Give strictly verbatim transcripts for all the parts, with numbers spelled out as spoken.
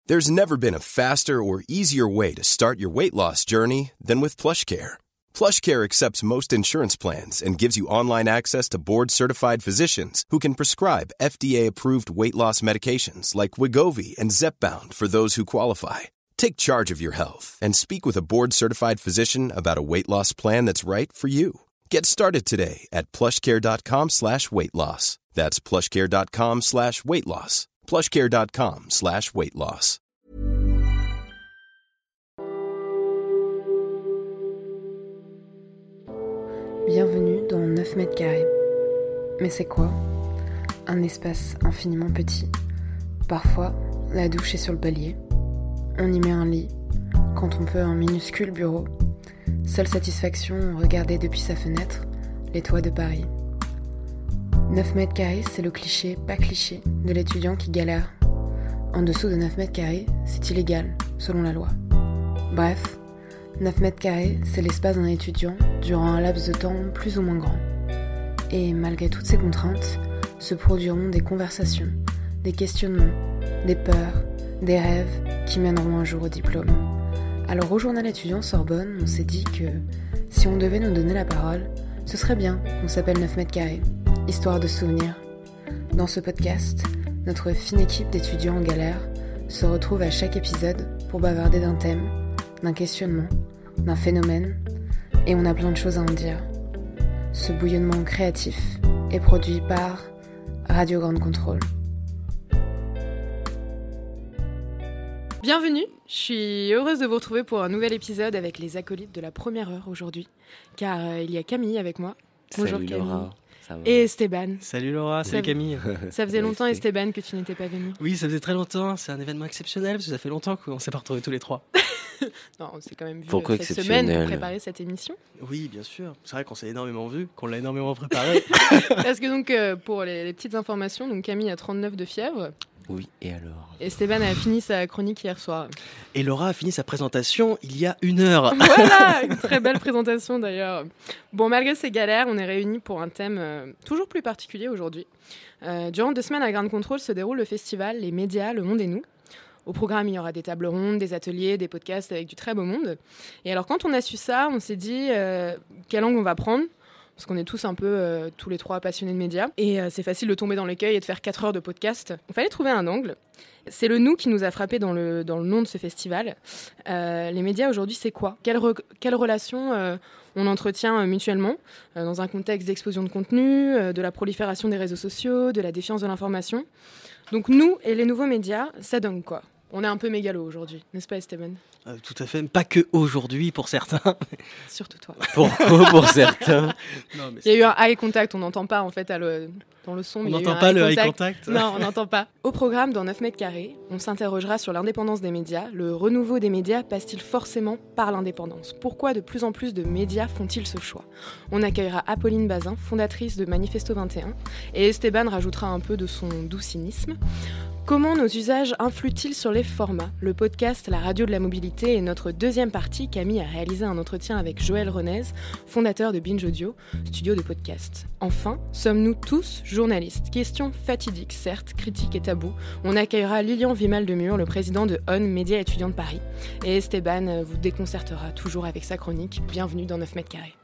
There's never been a faster or easier way to start your weight loss journey than with PlushCare. PlushCare accepts most insurance plans and gives you online access to board-certified physicians who can prescribe F D A-approved weight loss medications like Wegovy and Zepbound for those who qualify. Take charge of your health and speak with a board-certified physician about a weight loss plan that's right for you. Get started today at plushcare.com slash weight loss. That's plushcare.com slash weight loss. plushcare.com slash weight loss. Bienvenue dans neuf mètres carrés. Mais c'est quoi ? Un espace infiniment petit. Parfois, la douche est sur le palier. On y met un lit, quand on peut un minuscule bureau. Seule satisfaction, regarder depuis sa fenêtre les toits de Paris. neuf mètres carrés, c'est le cliché, pas cliché, de l'étudiant qui galère. En dessous de neuf mètres carrés, c'est illégal, selon la loi. Bref, neuf mètres carrés, c'est l'espace d'un étudiant durant un laps de temps plus ou moins grand. Et malgré toutes ces contraintes, se produiront des conversations, des questionnements, des peurs, des rêves qui mèneront un jour au diplôme. Alors au journal étudiant Sorbonne, on s'est dit que si on devait nous donner la parole, ce serait bien qu'on s'appelle neuf mètres carrés, histoire de souvenirs. Dans ce podcast, notre fine équipe d'étudiants en galère se retrouve à chaque épisode pour bavarder d'un thème, d'un questionnement, d'un phénomène, et on a plein de choses à en dire. Ce bouillonnement créatif est produit par Radio Grande Contrôle. Bienvenue, je suis heureuse de vous retrouver pour un nouvel épisode avec les acolytes de la première heure aujourd'hui, car euh, il y a Camille avec moi. Bonjour Salut Camille. Laura, ça va. Et Esteban. Salut Laura, salut Ça- Camille. Ça faisait longtemps Esteban que tu n'étais pas venu. Oui, ça faisait très longtemps, c'est un événement exceptionnel parce que ça fait longtemps qu'on s'est pas retrouvés tous les trois. Non, on s'est quand même vu Pourquoi euh, cette exceptionnel semaine pour préparer cette émission. Oui, bien sûr, c'est vrai qu'on s'est énormément vu, qu'on l'a énormément préparé. Parce que donc, euh, pour les, les petites informations, donc Camille a trente-neuf de fièvre, Oui, et alors Esteban a fini sa chronique hier soir. Et Laura a fini sa présentation il y a une heure. Voilà, une très belle présentation d'ailleurs. Bon, malgré ces galères, on est réunis pour un thème euh, toujours plus particulier aujourd'hui. Euh, durant deux semaines à Grande Contrôle se déroule le festival Les médias, le monde et nous. Au programme, il y aura des tables rondes, des ateliers, des podcasts avec du très beau monde. Et alors, quand on a su ça, on s'est dit euh, quelle langue on va prendre, parce qu'on est tous un peu, euh, tous les trois, passionnés de médias. Et euh, c'est facile de tomber dans l'écueil et de faire quatre heures de podcast. Il fallait trouver un angle. C'est le « nous » qui nous a frappé dans le, dans le nom de ce festival. Euh, les médias, aujourd'hui, c'est quoi ? Quelle, re- quelle relation euh, on entretient euh, mutuellement euh, dans un contexte d'explosion de contenu, euh, de la prolifération des réseaux sociaux, de la défiance de l'information. Donc nous et les nouveaux médias, ça donne quoi ? On est un peu mégalo aujourd'hui, n'est-ce pas Esteban ? Euh, tout à fait, pas que aujourd'hui pour certains. Surtout toi. Pourquoi pour certains Non, mais Il y a eu un eye contact, on n'entend pas en fait à le, dans le son. on mais il y a eu n'entend un pas le eye contact. Non, on n'entend pas. Au programme, dans neuf mètres carrés, on s'interrogera sur l'indépendance des médias. Le renouveau des médias passe-t-il forcément par l'indépendance ? Pourquoi de plus en plus de médias font-ils ce choix ? On accueillera Apolline Bazin, fondatrice de Manifesto vingt et un, et Esteban rajoutera un peu de son doux cynisme. Comment nos usages influent-ils sur les formats ? Le podcast, la radio de la mobilité et notre deuxième partie, Camille a réalisé un entretien avec Joël Renez, fondateur de Binge Audio, studio de podcast. Enfin, sommes-nous tous journalistes ? Question fatidique, certes, critique et tabou. On accueillera Lilian Vimal-Demur, le président de On, Média étudiant de Paris. Et Esteban vous déconcertera toujours avec sa chronique. Bienvenue dans neuf mètres carrés.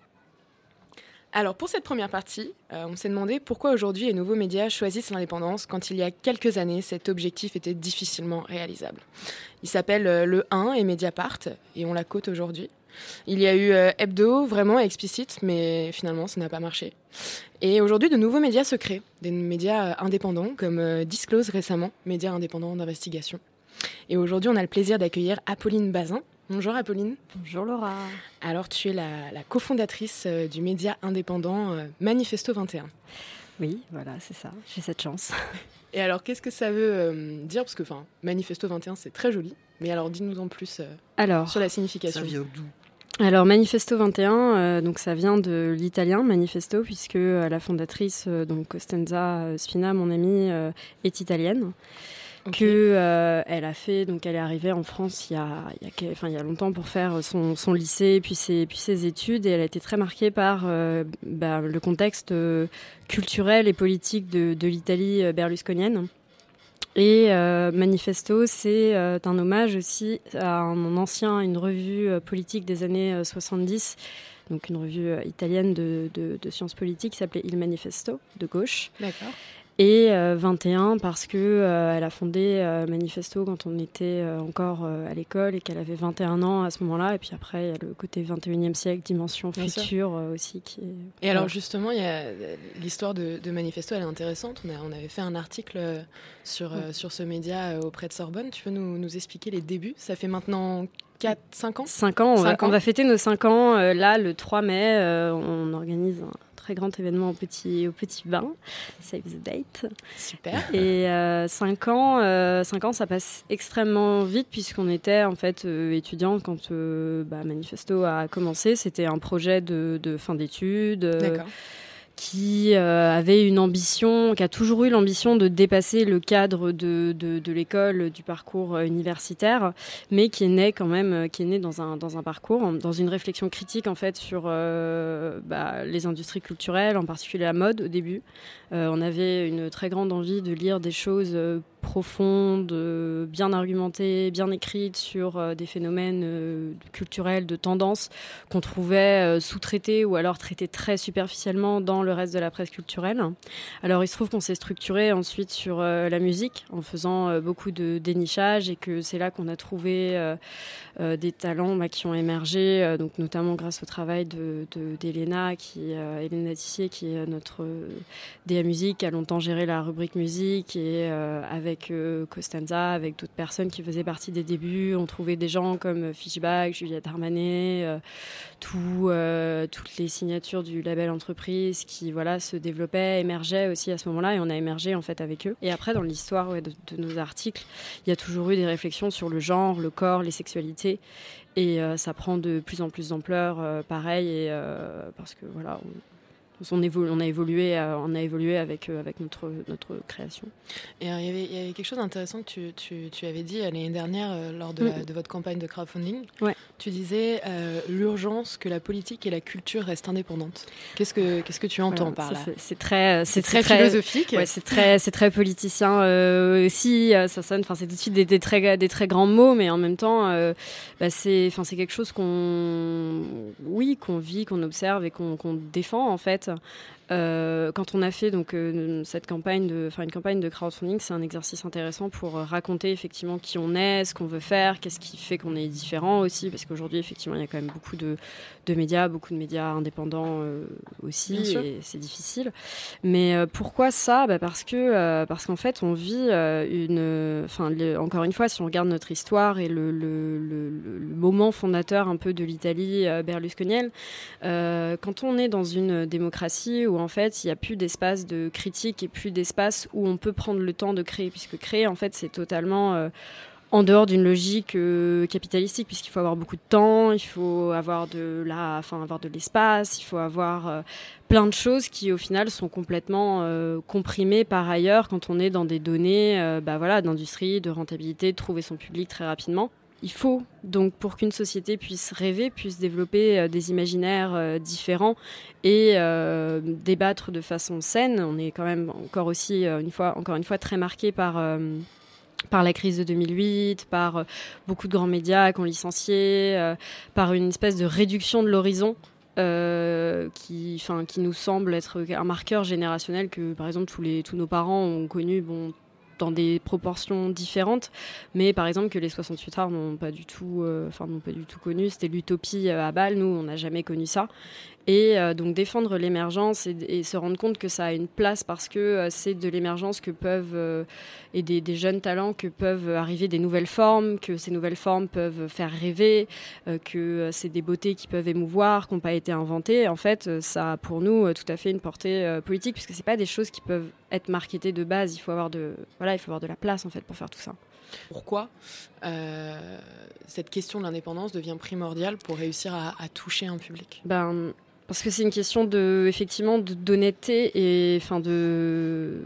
Alors pour cette première partie, euh, on s'est demandé pourquoi aujourd'hui les nouveaux médias choisissent l'indépendance quand il y a quelques années cet objectif était difficilement réalisable. Il s'appelle euh, Le un et Mediapart et on la cote aujourd'hui. Il y a eu euh, Hebdo, vraiment explicite, mais finalement ça n'a pas marché. Et aujourd'hui de nouveaux médias se créent, des médias euh, indépendants comme euh, Disclose récemment, médias indépendants d'investigation. Et aujourd'hui on a le plaisir d'accueillir Apolline Bazin. Bonjour Apolline. Bonjour Laura. Alors tu es la, la cofondatrice euh, du média indépendant euh, Manifesto vingt et un. Oui, voilà, c'est ça, j'ai cette chance. Et alors qu'est-ce que ça veut euh, dire ? Parce que enfin, Manifesto vingt et un c'est très joli, mais alors dis-nous en plus euh, Alors, sur la Ça signification. vient d'où ? alors Manifesto vingt et un, euh, donc ça vient de l'italien Manifesto, puisque euh, la fondatrice, euh, donc Costanza Spina, mon amie, euh, est italienne. Ok. Que euh, elle a fait, donc elle est arrivée en France il y a, il y a, enfin, il y a longtemps pour faire son, son lycée puis ses, puis ses études, et elle a été très marquée par euh, bah, le contexte euh, culturel et politique de, de l'Italie berlusconienne. Et euh, Manifesto, c'est euh, un hommage aussi à un ancien, une revue euh, politique des années euh, soixante-dix, donc une revue euh, italienne de, de, de sciences politiques qui s'appelait Il Manifesto, de gauche. D'accord. Et euh, vingt et un parce que euh, elle a fondé euh, Manifesto quand on était euh, encore euh, à l'école et qu'elle avait vingt et un ans à ce moment-là. Et puis après, il y a le côté vingt et unième siècle, dimension Bien future euh, aussi. Qui est... Et ouais. alors justement, il y a l'histoire de, de Manifesto, elle est intéressante. On, a, on avait fait un article sur, ouais. euh, sur ce média euh, auprès de Sorbonne. Tu peux nous, nous expliquer les débuts? Ça fait maintenant quatre, cinq ans cinq ans, on, cinq va, ans. on va fêter nos cinq ans. Euh, là, le trois mai, euh, on organise un très grand événement au Petit, au petit Bain, Save the Date. Super. Et euh, cinq ans, euh, cinq ans, ça passe extrêmement vite puisqu'on était en fait euh, étudiants quand euh, bah, Manifesto a commencé. C'était un projet de, de fin d'études. Euh, D'accord. qui euh, avait une ambition, qui a toujours eu l'ambition de dépasser le cadre de, de, de l'école, du parcours universitaire, mais qui est né quand même, qui est né dans un, dans un parcours, dans une réflexion critique en fait sur euh, bah, les industries culturelles, en particulier la mode au début. Euh, on avait une très grande envie de lire des choses euh, profondes, euh, bien argumentées, bien écrites sur euh, des phénomènes euh, culturels, de tendance qu'on trouvait euh, sous-traités ou alors traités très superficiellement dans le reste de la presse culturelle. Alors il se trouve qu'on s'est structuré ensuite sur euh, la musique en faisant euh, beaucoup de dénichage et que c'est là qu'on a trouvé euh, euh, des talents bah, qui ont émergé, euh, donc notamment grâce au travail de, de, d'Elena, qui, euh, Elena Tissier, qui est notre euh, D A musique, qui a longtemps géré la rubrique musique et euh, avec euh, Costanza, avec d'autres personnes qui faisaient partie des débuts. On trouvait des gens comme Fishbag, Juliette Armanet, euh, tout, euh, toutes les signatures du label Entreprise qui voilà, se développaient, émergeaient aussi à ce moment-là et on a émergé en fait avec eux. Et après, dans l'histoire ouais, de, de nos articles, il y a toujours eu des réflexions sur le genre, le corps, les sexualités et euh, ça prend de plus en plus d'ampleur, euh, pareil, et, euh, parce que voilà... On, On, évolu- on a évolué, euh, on a évolué avec, euh, avec notre, notre création. Et alors, il y avait, il y avait quelque chose d'intéressant que tu, tu, tu avais dit l'année dernière euh, lors de, la, mmh. de votre campagne de crowdfunding. Ouais. Tu disais euh, l'urgence que la politique et la culture restent indépendantes. Qu'est-ce que, qu'est-ce que tu entends voilà, par là? c'est, c'est très, c'est, c'est très, très philosophique. Ouais, c'est très, c'est très politicien euh, aussi. Ça sonne, enfin, c'est tout de suite des, des, très, des très grands mots, mais en même temps, euh, bah, c'est, enfin, c'est quelque chose qu'on, oui, qu'on vit, qu'on observe et qu'on, qu'on défend en fait. Euh, quand on a fait donc euh, cette campagne de, enfin une campagne de crowdfunding, c'est un exercice intéressant pour euh, raconter effectivement qui on est, ce qu'on veut faire, qu'est-ce qui fait qu'on est différent aussi, parce qu'aujourd'hui effectivement il y a quand même beaucoup de, de médias, beaucoup de médias indépendants euh, aussi, et c'est difficile. Mais euh, pourquoi ça? Bah parce que euh, parce qu'en fait on vit euh, une, enfin encore une fois si on regarde notre histoire et le, le, le, le moment fondateur un peu de l'Italie euh, berlusconienne, euh, quand on est dans une démocratie où en fait il n'y a plus d'espace de critique et plus d'espace où on peut prendre le temps de créer, puisque créer en fait c'est totalement euh, en dehors d'une logique euh, capitalistique, puisqu'il faut avoir beaucoup de temps, il faut avoir de la, enfin avoir de l'espace, il faut avoir euh, plein de choses qui au final sont complètement euh, comprimées par ailleurs quand on est dans des données euh, bah, voilà, d'industrie, de rentabilité, de trouver son public très rapidement. Il faut donc, pour qu'une société puisse rêver, puisse développer euh, des imaginaires euh, différents et euh, débattre de façon saine. On est quand même encore aussi, euh, une fois, encore une fois, très marqué par, euh, par la crise de deux mille huit, par euh, beaucoup de grands médias qui ont licencié, euh, par une espèce de réduction de l'horizon euh, qui, enfin, qui nous semble être un marqueur générationnel que, par exemple, tous, les, tous nos parents ont connu. Bon, dans des proportions différentes, mais par exemple que les soixante-huit arts n'ont pas du tout, euh, enfin n'ont pas du tout connu. C'était l'utopie à Bâle. Nous, on n'a jamais connu ça. Et euh, donc défendre l'émergence et, et se rendre compte que ça a une place parce que euh, c'est de l'émergence que peuvent euh, et des, des jeunes talents que peuvent arriver des nouvelles formes, que ces nouvelles formes peuvent faire rêver, euh, que euh, c'est des beautés qui peuvent émouvoir, qui n'ont pas été inventées. En fait, euh, ça a pour nous euh, tout à fait une portée euh, politique, puisque c'est pas des choses qui peuvent être marketées de base. Il faut avoir de, voilà, il faut avoir de la place en fait pour faire tout ça. Pourquoi euh, cette question de l'indépendance devient primordiale pour réussir à, à toucher un public? Ben, parce que c'est une question de, effectivement, de, d'honnêteté et, enfin, de.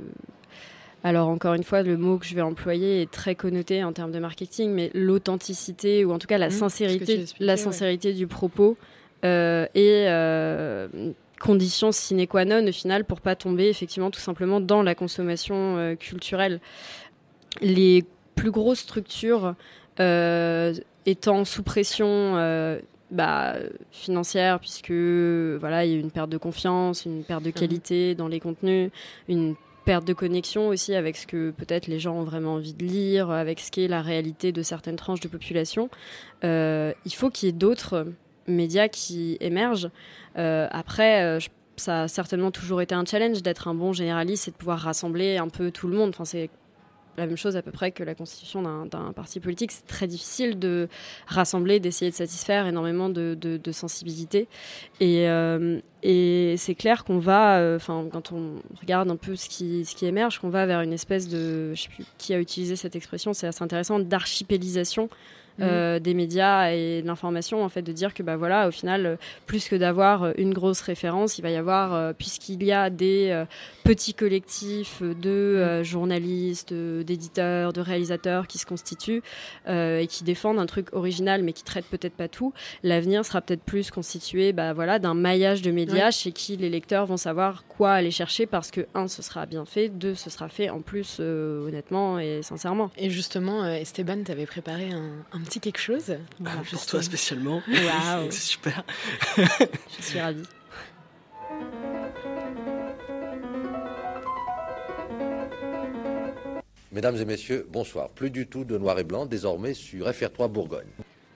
Alors encore une fois, le mot que je vais employer est très connoté en termes de marketing, mais l'authenticité ou en tout cas la mmh, sincérité, la sincérité ouais. du propos euh, et euh, condition sine qua non au final pour pas tomber effectivement tout simplement dans la consommation euh, culturelle. les plus grosses structures euh, étant sous pression euh, bah, financière, puisque voilà, il y a une perte de confiance, une perte de qualité dans les contenus, une perte de connexion aussi avec ce que peut-être les gens ont vraiment envie de lire, avec ce qu'est la réalité de certaines tranches de population. Euh, il faut qu'il y ait d'autres médias qui émergent. Euh, après, euh, je, ça a certainement toujours été un challenge d'être un bon généraliste et de pouvoir rassembler un peu tout le monde. Enfin, c'est la même chose à peu près que la constitution d'un, d'un parti politique. C'est très difficile de rassembler, d'essayer de satisfaire énormément de, de, de sensibilités. Et, euh, et c'est clair qu'on va, enfin, euh, quand on regarde un peu ce qui, ce qui émerge, qu'on va vers une espèce de, je sais plus qui a utilisé cette expression, c'est assez intéressant, d'archipélisation Euh, mmh. des médias et de l'information, en fait, de dire que bah, voilà, au final, plus que d'avoir une grosse référence, il va y avoir, euh, puisqu'il y a des euh, petits collectifs de euh, journalistes, euh, d'éditeurs, de réalisateurs qui se constituent euh, et qui défendent un truc original mais qui traitent peut-être pas tout, l'avenir sera peut-être plus constitué bah, voilà, d'un maillage de médias ouais. chez qui les lecteurs vont savoir quoi aller chercher parce que, un, ce sera bien fait, deux, ce sera fait en plus euh, honnêtement et sincèrement. Et justement, euh, Esteban, tu avais préparé un, un petit quelque chose bah, pour justement. Toi spécialement. Waouh. C'est super. Je suis ravie. Mesdames et messieurs, bonsoir. Plus du tout de noir et blanc, désormais sur F R trois Bourgogne.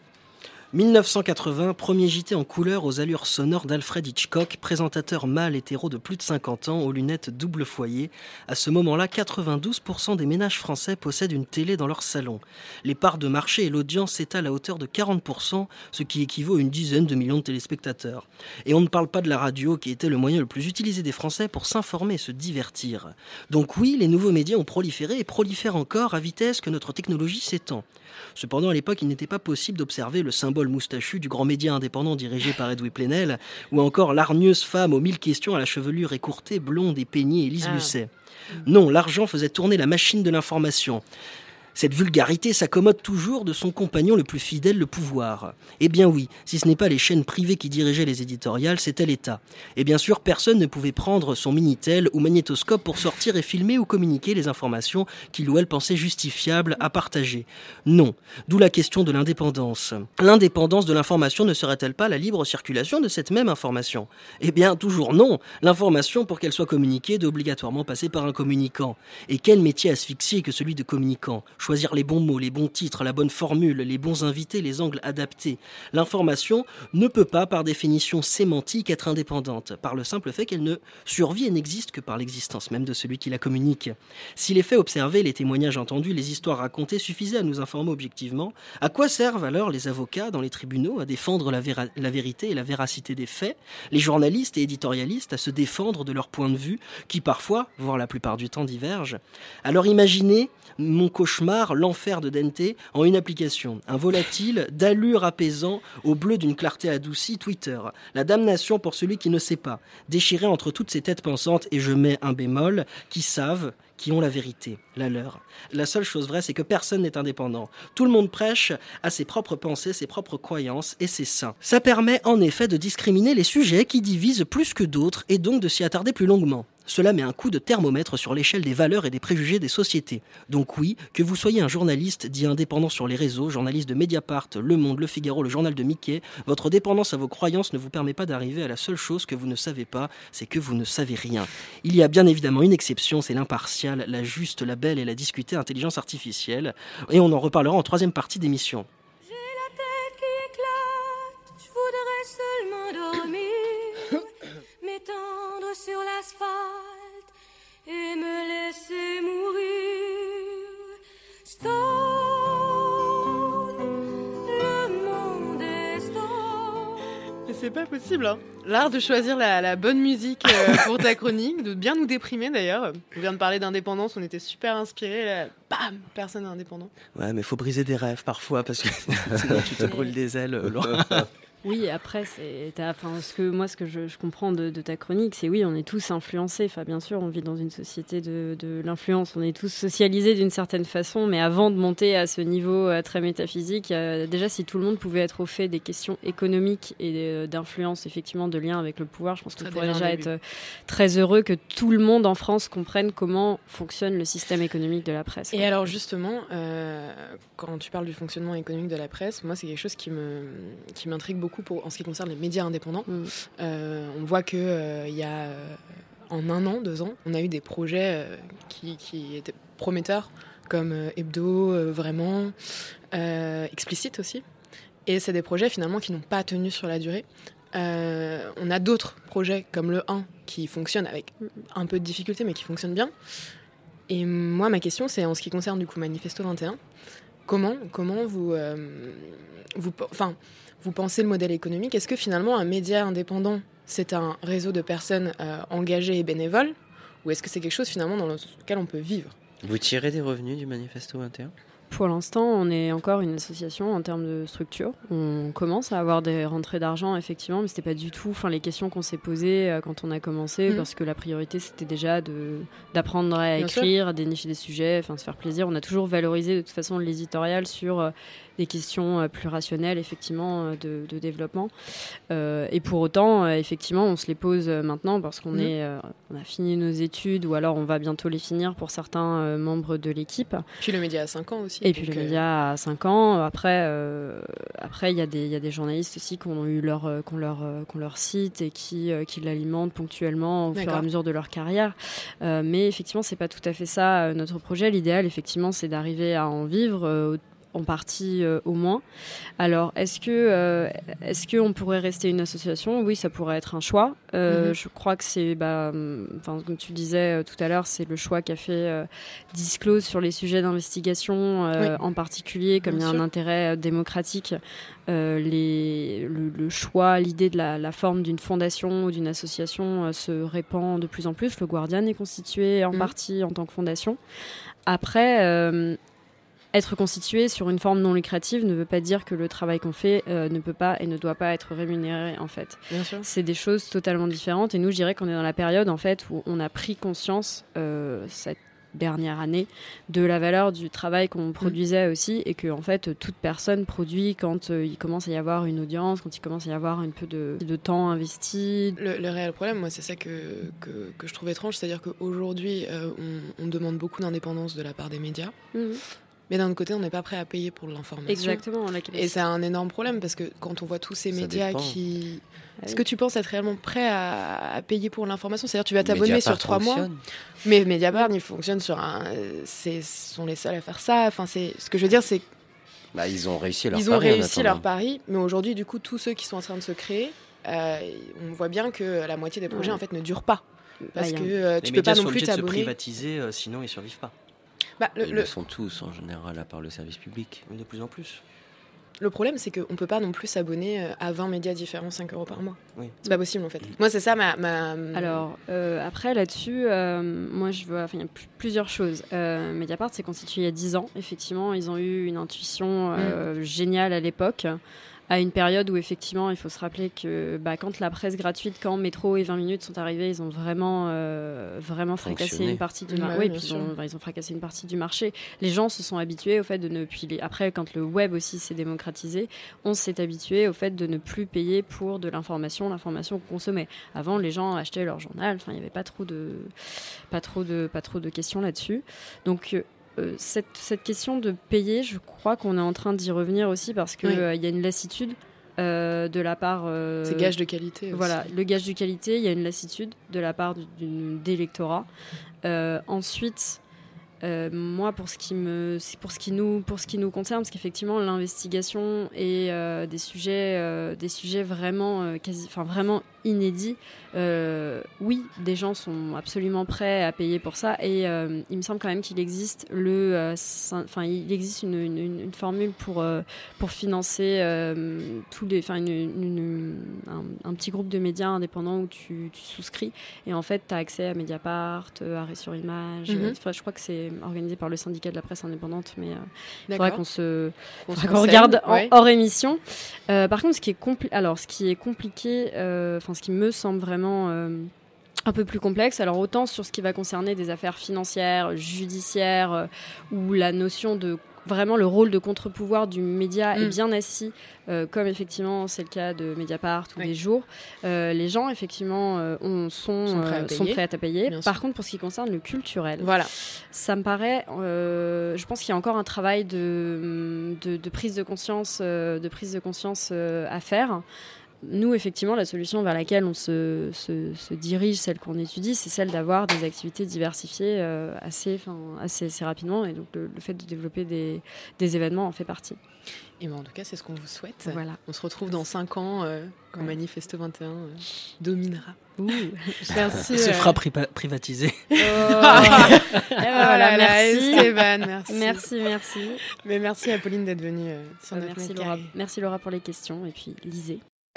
dix-neuf cent quatre-vingts, premier J T en couleur aux allures sonores d'Alfred Hitchcock, présentateur mâle hétéro de plus de cinquante ans, aux lunettes double foyer. À ce moment-là, quatre-vingt-douze pour cent des ménages français possèdent une télé dans leur salon. Les parts de marché et l'audience s'étalent à hauteur de quarante pour cent, ce qui équivaut à une dizaine de millions de téléspectateurs. Et on ne parle pas de la radio, qui était le moyen le plus utilisé des Français pour s'informer et se divertir. Donc oui, les nouveaux médias ont proliféré et prolifèrent encore à vitesse que notre technologie s'étend. Cependant, à l'époque, il n'était pas possible d'observer le symbole moustachu du grand média indépendant dirigé par Edoui Plenel, ou encore l'hargneuse femme aux mille questions à la chevelure écourtée, blonde et peignée, Élise ah. Lucet. Non, l'argent faisait tourner la machine de l'information. Cette vulgarité s'accommode toujours de son compagnon le plus fidèle, le pouvoir. Eh bien oui, si ce n'est pas les chaînes privées qui dirigeaient les éditoriales, c'était l'État. Et bien sûr, personne ne pouvait prendre son Minitel ou magnétoscope pour sortir et filmer ou communiquer les informations qu'il ou elle pensait justifiables à partager. Non, d'où la question de l'indépendance. L'indépendance de l'information ne serait-elle pas la libre circulation de cette même information ? Eh bien, toujours non. L'information, pour qu'elle soit communiquée, doit obligatoirement passer par un communicant. Et quel métier asphyxié que celui de communicant ? Choisir les bons mots, les bons titres, la bonne formule, les bons invités, les angles adaptés. L'information ne peut pas, par définition sémantique, être indépendante, par le simple fait qu'elle ne survit et n'existe que par l'existence même de celui qui la communique. Si les faits observés, les témoignages entendus, les histoires racontées suffisaient à nous informer objectivement, à quoi servent alors les avocats dans les tribunaux à défendre la, véra- la vérité et la véracité des faits, les journalistes et éditorialistes à se défendre de leur point de vue, qui parfois, voire la plupart du temps, divergent ? Alors imaginez mon cauchemar, l'enfer de Dante, en une application. Un volatile d'allure apaisant au bleu d'une clarté adoucie, Twitter. La damnation pour celui qui ne sait pas. Déchiré entre toutes ces têtes pensantes, et je mets un bémol, qui savent, qui ont la vérité, la leur. La seule chose vraie, c'est que personne n'est indépendant. Tout le monde prêche à ses propres pensées, ses propres croyances, et c'est sain. Ça permet en effet de discriminer les sujets qui divisent plus que d'autres, et donc de s'y attarder plus longuement. Cela met un coup de thermomètre sur l'échelle des valeurs et des préjugés des sociétés. Donc oui, que vous soyez un journaliste dit indépendant sur les réseaux, journaliste de Mediapart, Le Monde, Le Figaro, le journal de Mickey, votre dépendance à vos croyances ne vous permet pas d'arriver à la seule chose que vous ne savez pas, c'est que vous ne savez rien. Il y a bien évidemment une exception, c'est l'impartiale, la juste, la belle et la discutée intelligence artificielle. Et on en reparlera en troisième partie d'émission. J'ai la tête qui éclate, je voudrais seulement dormir, m'étendre sur l'asphalte et me laisser mourir. Stone, le monde est stone. Mais c'est pas possible, hein. L'art de choisir la, la bonne musique euh, pour ta chronique, de bien nous déprimer d'ailleurs. On vient de parler d'indépendance, on était super inspirés, là, bam, personne n'est indépendant. Ouais, mais faut briser des rêves parfois parce que sinon tu te brûles des ailes, Laura. Oui, après, c'est, enfin, ce que, moi, ce que je, je comprends de, de ta chronique, c'est oui, on est tous influencés. Enfin, bien sûr, on vit dans une société de, de l'influence. On est tous socialisés d'une certaine façon. Mais avant de monter à ce niveau euh, très métaphysique, euh, déjà, si tout le monde pouvait être au fait des questions économiques et euh, d'influence, effectivement, de lien avec le pouvoir, je pense qu'on pourrait déjà être euh, très heureux que tout le monde en France comprenne comment fonctionne le système économique de la presse. Et quoi. alors, justement, euh, quand tu parles du fonctionnement économique de la presse, moi, c'est quelque chose qui, me, qui m'intrigue beaucoup pour, en ce qui concerne les médias indépendants. Mm. Euh, on voit qu'il euh, y a, euh, en un an, deux ans, on a eu des projets euh, qui, qui étaient prometteurs, comme euh, Hebdo, euh, vraiment, euh, Explicite aussi. Et c'est des projets, finalement, qui n'ont pas tenu sur la durée. Euh, on a d'autres projets, comme le un, qui fonctionnent avec un peu de difficulté, mais qui fonctionnent bien. Et moi, ma question, c'est en ce qui concerne, du coup, Manifesto vingt et un, comment, comment vous... Euh, vous enfin, vous pensez le modèle économique? Est-ce que finalement un média indépendant, c'est un réseau de personnes euh, engagées et bénévoles, ou est-ce que c'est quelque chose finalement dans lequel on peut vivre? Vous tirez des revenus du Manifesto vingt et un? Pour l'instant, on est encore une association en termes de structure. On commence à avoir des rentrées d'argent, effectivement, mais c'était pas du tout enfin, les questions qu'on s'est posées euh, quand on a commencé, mmh. parce que la priorité, c'était déjà de, d'apprendre à Bien écrire, sûr. à dénicher des sujets, enfin, se faire plaisir. On a toujours valorisé de toute façon l'éditorial sur euh, des questions euh, plus rationnelles, effectivement, euh, de, de développement. Euh, et pour autant, euh, effectivement, on se les pose euh, maintenant parce qu'on mmh. est, euh, on a fini nos études, ou alors on va bientôt les finir pour certains euh, membres de l'équipe. Puis le média a cinq ans aussi. Et puis le média a cinq ans. Après, euh, après il y a des, il y a des journalistes aussi qui ont eu leur, euh, qui ont leur, euh, qui ont leur site et qui, euh, qui l'alimentent ponctuellement au D'accord. fur et à mesure de leur carrière. Euh, mais effectivement, c'est pas tout à fait ça euh, notre projet. L'idéal, effectivement, c'est d'arriver à en vivre euh, en partie euh, au moins. Alors, est-ce que euh, est-ce qu'on pourrait rester une association? Oui, ça pourrait être un choix. Euh, mm-hmm. Je crois que c'est, bah, comme tu disais euh, tout à l'heure, c'est le choix qu'a fait euh, Disclose sur les sujets d'investigation, euh, oui. en particulier, comme Bien il y a sûr. un intérêt euh, démocratique. Euh, les, le, le choix, l'idée de la, la forme d'une fondation ou d'une association euh, se répand de plus en plus. Le Guardian est constitué en mm. partie en tant que fondation. Après... Euh, Être constitué sur une forme non lucrative ne veut pas dire que le travail qu'on fait euh, ne peut pas et ne doit pas être rémunéré, en fait. Bien sûr. C'est des choses totalement différentes. Et nous, je dirais qu'on est dans la période, en fait, où on a pris conscience, euh, cette dernière année, de la valeur du travail qu'on produisait mmh. aussi, et que, en fait, toute personne produit quand euh, il commence à y avoir une audience, quand il commence à y avoir un peu de, de temps investi. Le, le réel problème, moi, c'est ça que, que, que je trouve étrange, c'est-à-dire qu'aujourd'hui, euh, on, on demande beaucoup d'indépendance de la part des médias. Mmh. Mais d'un autre côté, on n'est pas prêt à payer pour l'information. Exactement. Et c'est un énorme problème parce que quand on voit tous ces médias dépend. qui... Est-ce que tu penses être réellement prêt à, à payer pour l'information? C'est-à-dire tu vas t'abonner Mediapart sur trois mois. Mais Mediapart, il fonctionne sur un... Ce sont les seuls à faire ça. Enfin, c'est... Ce que je veux dire, c'est... Bah, ils ont réussi leur ils pari. Ils ont réussi leur pari. Mais aujourd'hui, du coup, tous ceux qui sont en train de se créer, euh, on voit bien que la moitié des projets, ouais. en fait, ne durent pas. Parce bah, que euh, tu peux pas non plus t'abonner. Les médias sont obligés de se privatiser, euh, sinon ils survivent pas. Bah, le, Ils le... le sont tous en général, à part le service public. De plus en plus. Le problème, c'est qu'on ne peut pas non plus s'abonner à vingt médias différents, cinq euros par mois. Oui. C'est pas possible, en fait. Moi, c'est ça ma... ma... Alors, euh, après, là-dessus, euh, moi, je veux... Enfin, il y a p- plusieurs choses. Euh, Mediapart s'est constitué il y a dix ans. Effectivement, ils ont eu une intuition euh, mmh. géniale à l'époque. À une période où, effectivement, il faut se rappeler que bah, quand la presse gratuite, quand Métro et vingt minutes sont arrivés, ils ont vraiment, euh, vraiment fracassé une partie du marché. Ouais, oui, puis ils ont, bah, ils ont fracassé une partie du marché. Les gens se sont habitués au fait de ne... Puis les... Après, quand le web aussi s'est démocratisé, on s'est habitué au fait de ne plus payer pour de l'information, l'information qu'on consommait. Avant, les gens achetaient leur journal. Enfin, il n'y avait pas trop de... Pas trop de... Pas trop de questions là-dessus. Donc... Euh, Euh, cette, cette question de payer, je crois qu'on est en train d'y revenir aussi parce qu'il oui. euh, y a une lassitude euh, de la part... Euh, c'est gage de qualité aussi. Voilà, le gage de qualité, il y a une lassitude de la part du, du, des lectorats. Euh, ensuite, euh, moi, pour ce, qui me, pour, ce qui nous, pour ce qui nous concerne, parce qu'effectivement, l'investigation et euh, des, sujets, euh, des sujets vraiment, euh, quasi, vraiment inédits, euh, oui, des gens sont absolument prêts à payer pour ça, et euh, il me semble quand même qu'il existe le, euh, enfin, il existe une, une, une formule pour euh, pour financer euh, tous les, enfin, une, une, un, un petit groupe de médias indépendants où tu, tu souscris, et en fait, tu as accès à Mediapart, à Arrêt sur Image. Mm-hmm. Enfin, je crois que c'est organisé par le syndicat de la presse indépendante, mais il euh, faudra qu'on se, qu'on, faudra qu'on regarde ouais. en, hors émission. Euh, par contre, ce qui est, compli- alors, ce qui est compliqué, enfin, euh, ce qui me semble vraiment euh, un peu plus complexe, alors autant sur ce qui va concerner des affaires financières, judiciaires, euh, où la notion de vraiment le rôle de contre-pouvoir du média mmh. est bien assis, euh, comme effectivement c'est le cas de Mediapart ou oui. des Jours. Euh, les gens effectivement euh, on, sont, sont, prêts euh, sont prêts à payer. Bien Par sûr. contre, pour ce qui concerne le culturel, voilà. ça me paraît, euh, je pense qu'il y a encore un travail de, de, de prise de conscience, euh, de prise de conscience euh, à faire. Nous, effectivement, la solution vers laquelle on se, se, se dirige, celle qu'on étudie, c'est celle d'avoir des activités diversifiées euh, assez, assez, assez rapidement. Et donc, le, le fait de développer des, des événements en fait partie. Et ben, en tout cas, c'est ce qu'on vous souhaite. Voilà. On se retrouve dans cinq ans euh, quand ouais. Manifesto vingt et un euh, dominera. Ouh. Merci. Il se fera pri- privatiser. Oh. Et ben voilà, oh merci. Esteban, merci. Merci, merci. Mais merci à Pauline d'être venue euh, sur notre merci Laura. Merci Laura pour les questions. Et puis, lisez.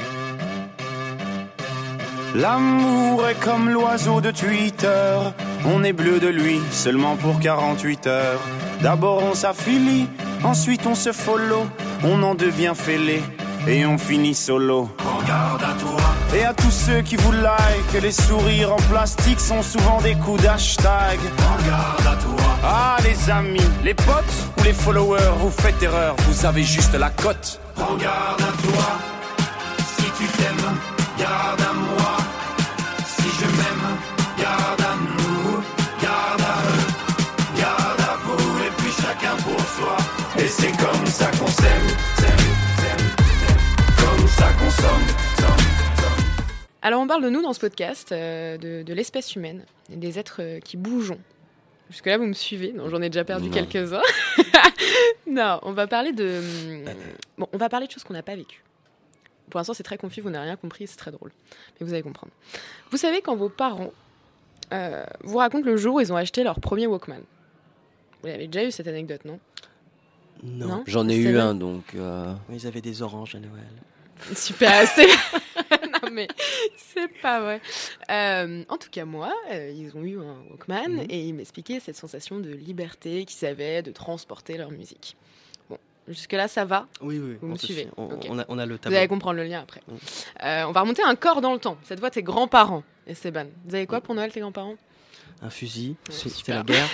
L'amour est comme l'oiseau de Twitter. On est bleu de lui seulement pour quarante-huit heures. D'abord on s'affilie, ensuite on se follow. On en devient fêlé et on finit solo. Prends garde à toi. Et à tous ceux qui vous like, les sourires en plastique sont souvent des coups d'hashtag. Prends garde à toi. Ah les amis, les potes ou les followers, vous faites erreur, vous avez juste la cote. Prends garde à toi. Si tu t'aimes, garde à moi. Je m'aime, garde à nous, garde à eux, garde à vous, et puis chacun pour soi. Et c'est comme ça qu'on s'aime, s'aime, s'aime, s'aime, comme ça qu'on somme, somme, somme. Alors on parle de nous dans ce podcast, euh, de, de l'espèce humaine, et des êtres euh, qui bougeons. Jusque-là, vous me suivez? Non, j'en ai déjà perdu non. quelques-uns. Non, on va parler de... Bon, on va parler de choses qu'on n'a pas vécues. Pour l'instant, c'est très confus, vous n'avez rien compris, c'est très drôle. Mais vous allez comprendre. Vous savez, quand vos parents euh, vous racontent le jour où ils ont acheté leur premier Walkman. Vous avez déjà eu cette anecdote, non? Non. non J'en ai c'est eu vrai. un, donc... Euh... Ils avaient des oranges à Noël. Super, c'est... Non, mais c'est pas vrai. Euh, en tout cas, moi, euh, ils ont eu un Walkman mmh. et ils m'expliquaient cette sensation de liberté qu'ils avaient de transporter leur musique. Jusque-là, ça va? Oui, oui. Vous me suivez? On, okay. on, a, on a le tableau. Vous allez comprendre le lien après. Mmh. Euh, on va remonter un corps dans le temps. Cette fois, tes grands-parents, Esteban. Vous avez quoi pour Noël, tes grands-parents? Un fusil. Ouais, c'était super. la guerre.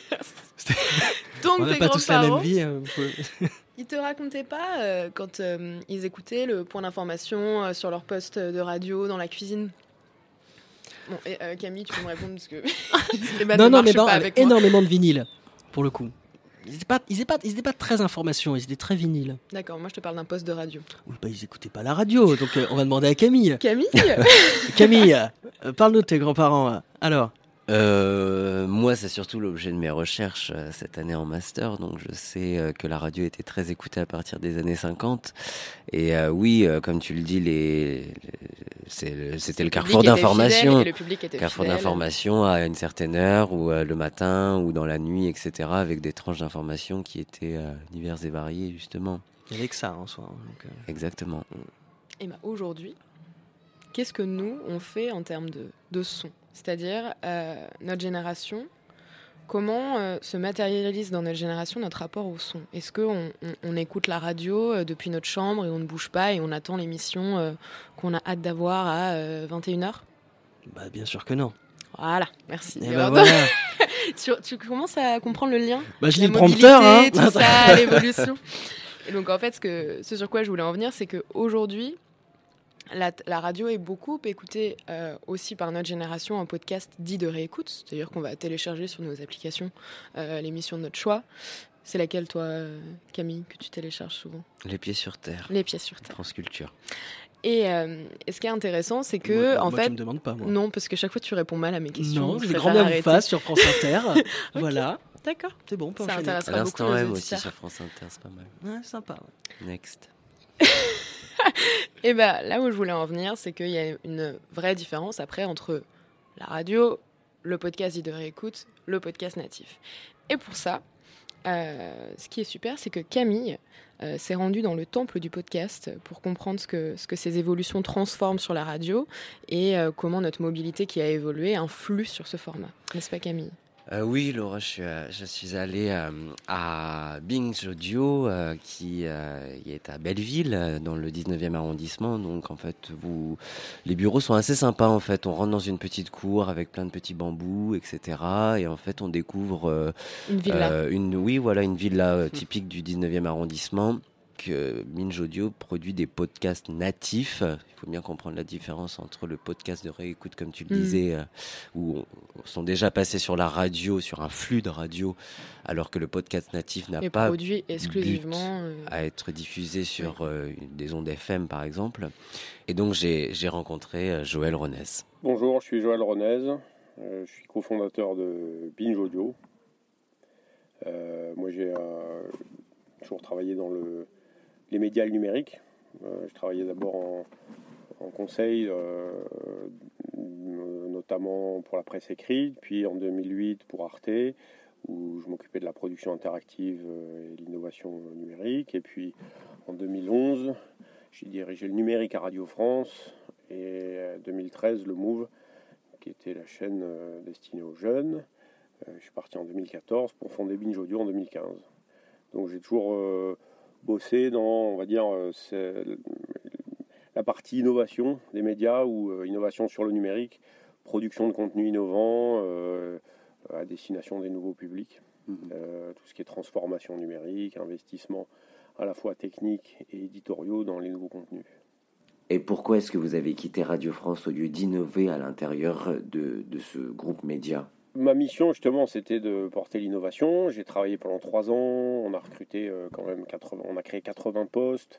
Donc, on n'a tes pas tous la même grands-parents, vie. Hein, ils te racontaient pas euh, quand euh, ils écoutaient le point d'information euh, sur leur poste de radio dans la cuisine? Bon, et, euh, Camille, tu peux me répondre parce que Esteban non, ne non, marche mais bon, pas avec moi. énormément de vinyle, pour le coup. Ils n'étaient pas, ils étaient pas, ils étaient pas très information, ils étaient très vinyle. D'accord, moi je te parle d'un poste de radio. Oui, bah, ils écoutaient pas la radio, donc euh, on va demander à Camille. Camille Camille, euh, parle-nous de tes grands-parents. euh. Alors Euh, moi, c'est surtout l'objet de mes recherches euh, cette année en master. Donc, je sais euh, que la radio était très écoutée à partir des années cinquante. Et euh, oui, euh, comme tu le dis, les, les, c'est le, c'était le, le carrefour d'information. Et le public était carrefour fidèle. d'information à une certaine heure, ou euh, le matin, ou dans la nuit, et cetera, avec des tranches d'information qui étaient euh, diverses et variées, justement. Il y avait que ça en soi. Donc, euh... Exactement. Et ben aujourd'hui, qu'est-ce que nous, on fait en termes de, de son? C'est-à-dire, euh, notre génération, comment euh, se matérialise dans notre génération notre rapport au son? Est-ce qu'on on, on écoute la radio euh, depuis notre chambre et on ne bouge pas et on attend l'émission euh, qu'on a hâte d'avoir à euh, vingt et une heures? Bah, bien sûr que non. Voilà, merci. Et bah voilà. tu, tu commences à comprendre le lien? Bah, je lis la le prompteur, hein. tout ça, l'évolution. Et donc, en fait, ce, que, ce sur quoi je voulais en venir, c'est qu'aujourd'hui, La, la radio est beaucoup écoutée euh, aussi par notre génération en podcast dit de réécoute, c'est-à-dire qu'on va télécharger sur nos applications euh, l'émission de notre choix. C'est laquelle, toi, Camille, que tu télécharges souvent? Les pieds sur terre. Les pieds sur terre. France Culture. Et, euh, et ce qui est intéressant, c'est que, moi, en moi, fait, tu me demandes pas, moi. non, parce que chaque fois tu réponds mal à mes questions. Non, je vais grand bien vous face sur France Inter. Okay. Voilà. D'accord. C'est bon, on peut ça enchaîner. intéressera À l'instant beaucoup même nos aussi auditeurs. sur France Inter, c'est pas mal. Ouais, sympa. Ouais. Next. Et bien, là où je voulais en venir, c'est qu'il y a une vraie différence après entre la radio, le podcast dit de réécoute, le podcast natif. Et pour ça, euh, ce qui est super, c'est que Camille euh, s'est rendue dans le temple du podcast pour comprendre ce que, ce que ces évolutions transforment sur la radio et euh, comment notre mobilité qui a évolué influe sur ce format. N'est-ce pas, Camille? Euh, oui, Laura, je suis, euh, je suis allé euh, à Binge Audio, euh, qui, euh, qui est à Belleville, euh, dans le dix-neuvième arrondissement. Donc, en fait, vous, les bureaux sont assez sympas. En fait, on rentre dans une petite cour avec plein de petits bambous, et cetera. Et en fait, on découvre euh, Une villa. euh, une, oui, voilà, une villa euh, typique du dix-neuvième arrondissement. Que Binge Audio produit des podcasts natifs. Il faut bien comprendre la différence entre le podcast de réécoute, comme tu le Mm. disais, euh, où on, on sont déjà passés sur la radio, sur un flux de radio, alors que le podcast natif n'a Et pas produit exclusivement. but euh, à être diffusé sur euh, des ondes F M, par exemple. Et donc, j'ai, j'ai rencontré euh, Joël Ronez. Bonjour, je suis Joël Ronez, euh, je suis cofondateur de Binge Audio. Euh, moi, j'ai euh, toujours travaillé dans le, les médias et le numérique. Euh, je travaillais d'abord en, en conseil, euh, notamment pour la presse écrite, puis en deux mille huit pour Arte, où je m'occupais de la production interactive et l'innovation numérique. Et puis en deux mille onze, j'ai dirigé le numérique à Radio France, et en deux mille treize, le Move, qui était la chaîne destinée aux jeunes. Je suis parti en deux mille quatorze pour fonder Binge Audio en deux mille quinze. Donc j'ai toujours euh, bossé dans, on va dire, euh, c'est la partie innovation des médias, ou euh, innovation sur le numérique, production de contenu innovant euh, à destination des nouveaux publics. Mmh. Euh, tout ce qui est transformation numérique, investissement à la fois technique et éditoriaux dans les nouveaux contenus. Et pourquoi est-ce que vous avez quitté Radio France au lieu d'innover à l'intérieur de, de ce groupe média ? Ma mission, justement, c'était de porter l'innovation. J'ai travaillé pendant trois ans. On a recruté euh, quand même quatre-vingts, on a créé quatre-vingts postes.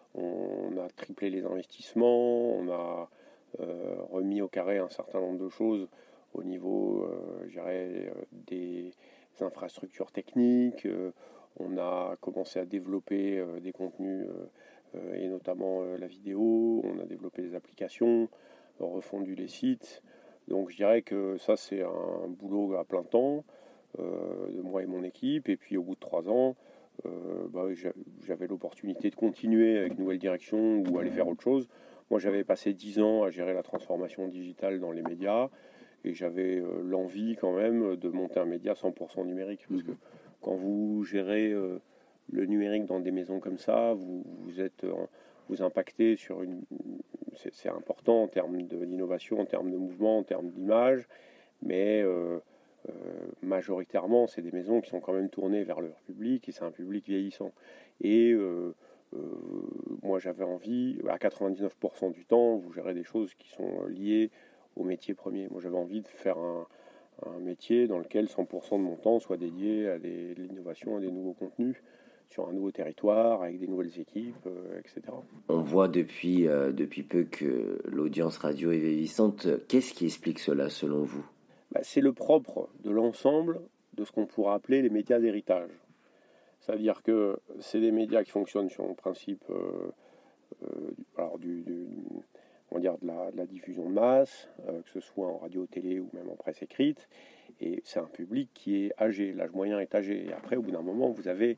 On a triplé les investissements. On a euh, remis au carré un certain nombre de choses au niveau, euh, je dirais, euh, des infrastructures techniques. Euh, on a commencé à développer euh, des contenus euh, et notamment euh, la vidéo. On a développé des applications, refondu les sites. Donc je dirais que ça, c'est un boulot à plein temps euh, de moi et mon équipe. Et puis au bout de trois ans, euh, bah, j'avais l'opportunité de continuer avec Nouvelle Direction ou aller faire autre chose. Moi, j'avais passé dix ans à gérer la transformation digitale dans les médias, et j'avais euh, l'envie quand même de monter un média cent pour cent numérique. Parce que quand vous gérez euh, le numérique dans des maisons comme ça, vous, vous êtes... Euh, vous impactez sur une... C'est, c'est important en termes d'innovation, en termes de mouvement, en termes d'image, mais euh, euh, majoritairement, c'est des maisons qui sont quand même tournées vers leur public, et c'est un public vieillissant. Et euh, euh, moi, j'avais envie, à quatre-vingt-dix-neuf pour cent du temps, vous gérez des choses qui sont liées au métier premier. Moi, j'avais envie de faire un, un métier dans lequel cent pour cent de mon temps soit dédié à des, l'innovation, à des nouveaux contenus, sur un nouveau territoire, avec des nouvelles équipes, euh, et cetera. On voit depuis, euh, depuis peu que l'audience radio est vieillissante. Qu'est-ce qui explique cela, selon vous ? Bah, c'est le propre de l'ensemble de ce qu'on pourrait appeler les médias d'héritage. C'est-à-dire que c'est des médias qui fonctionnent sur le principe euh, euh, alors du, du, on va dire de, la, de la diffusion de masse, euh, que ce soit en radio, télé ou même en presse écrite. Et c'est un public qui est âgé, l'âge moyen est âgé. Et après, au bout d'un moment, vous avez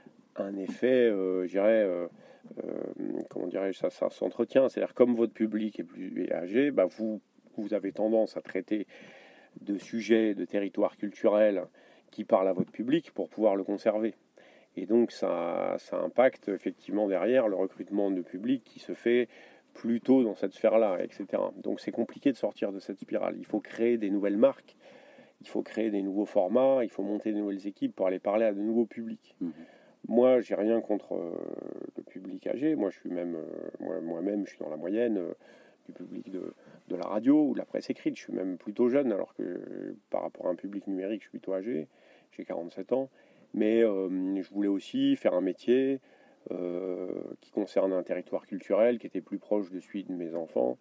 un effet, euh, je dirais, euh, euh, comment dirais-je, ça, ça s'entretient. C'est-à-dire, comme votre public est plus âgé, bah vous, vous avez tendance à traiter de sujets, de territoires culturels qui parlent à votre public pour pouvoir le conserver. Et donc, ça, ça impacte effectivement derrière le recrutement de public qui se fait plutôt dans cette sphère-là, et cetera. Donc, c'est compliqué de sortir de cette spirale. Il faut créer des nouvelles marques, il faut créer des nouveaux formats, il faut monter des nouvelles équipes pour aller parler à de nouveaux publics. Mmh. Moi, j'ai rien contre euh, le public âgé. Moi, je suis même, euh, moi, moi-même, je suis dans la moyenne euh, du public de, de la radio ou de la presse écrite. Je suis même plutôt jeune, alors que euh, par rapport à un public numérique, je suis plutôt âgé. J'ai quarante-sept ans. Mais euh, je voulais aussi faire un métier euh, qui concerne un territoire culturel qui était plus proche de celui de mes enfants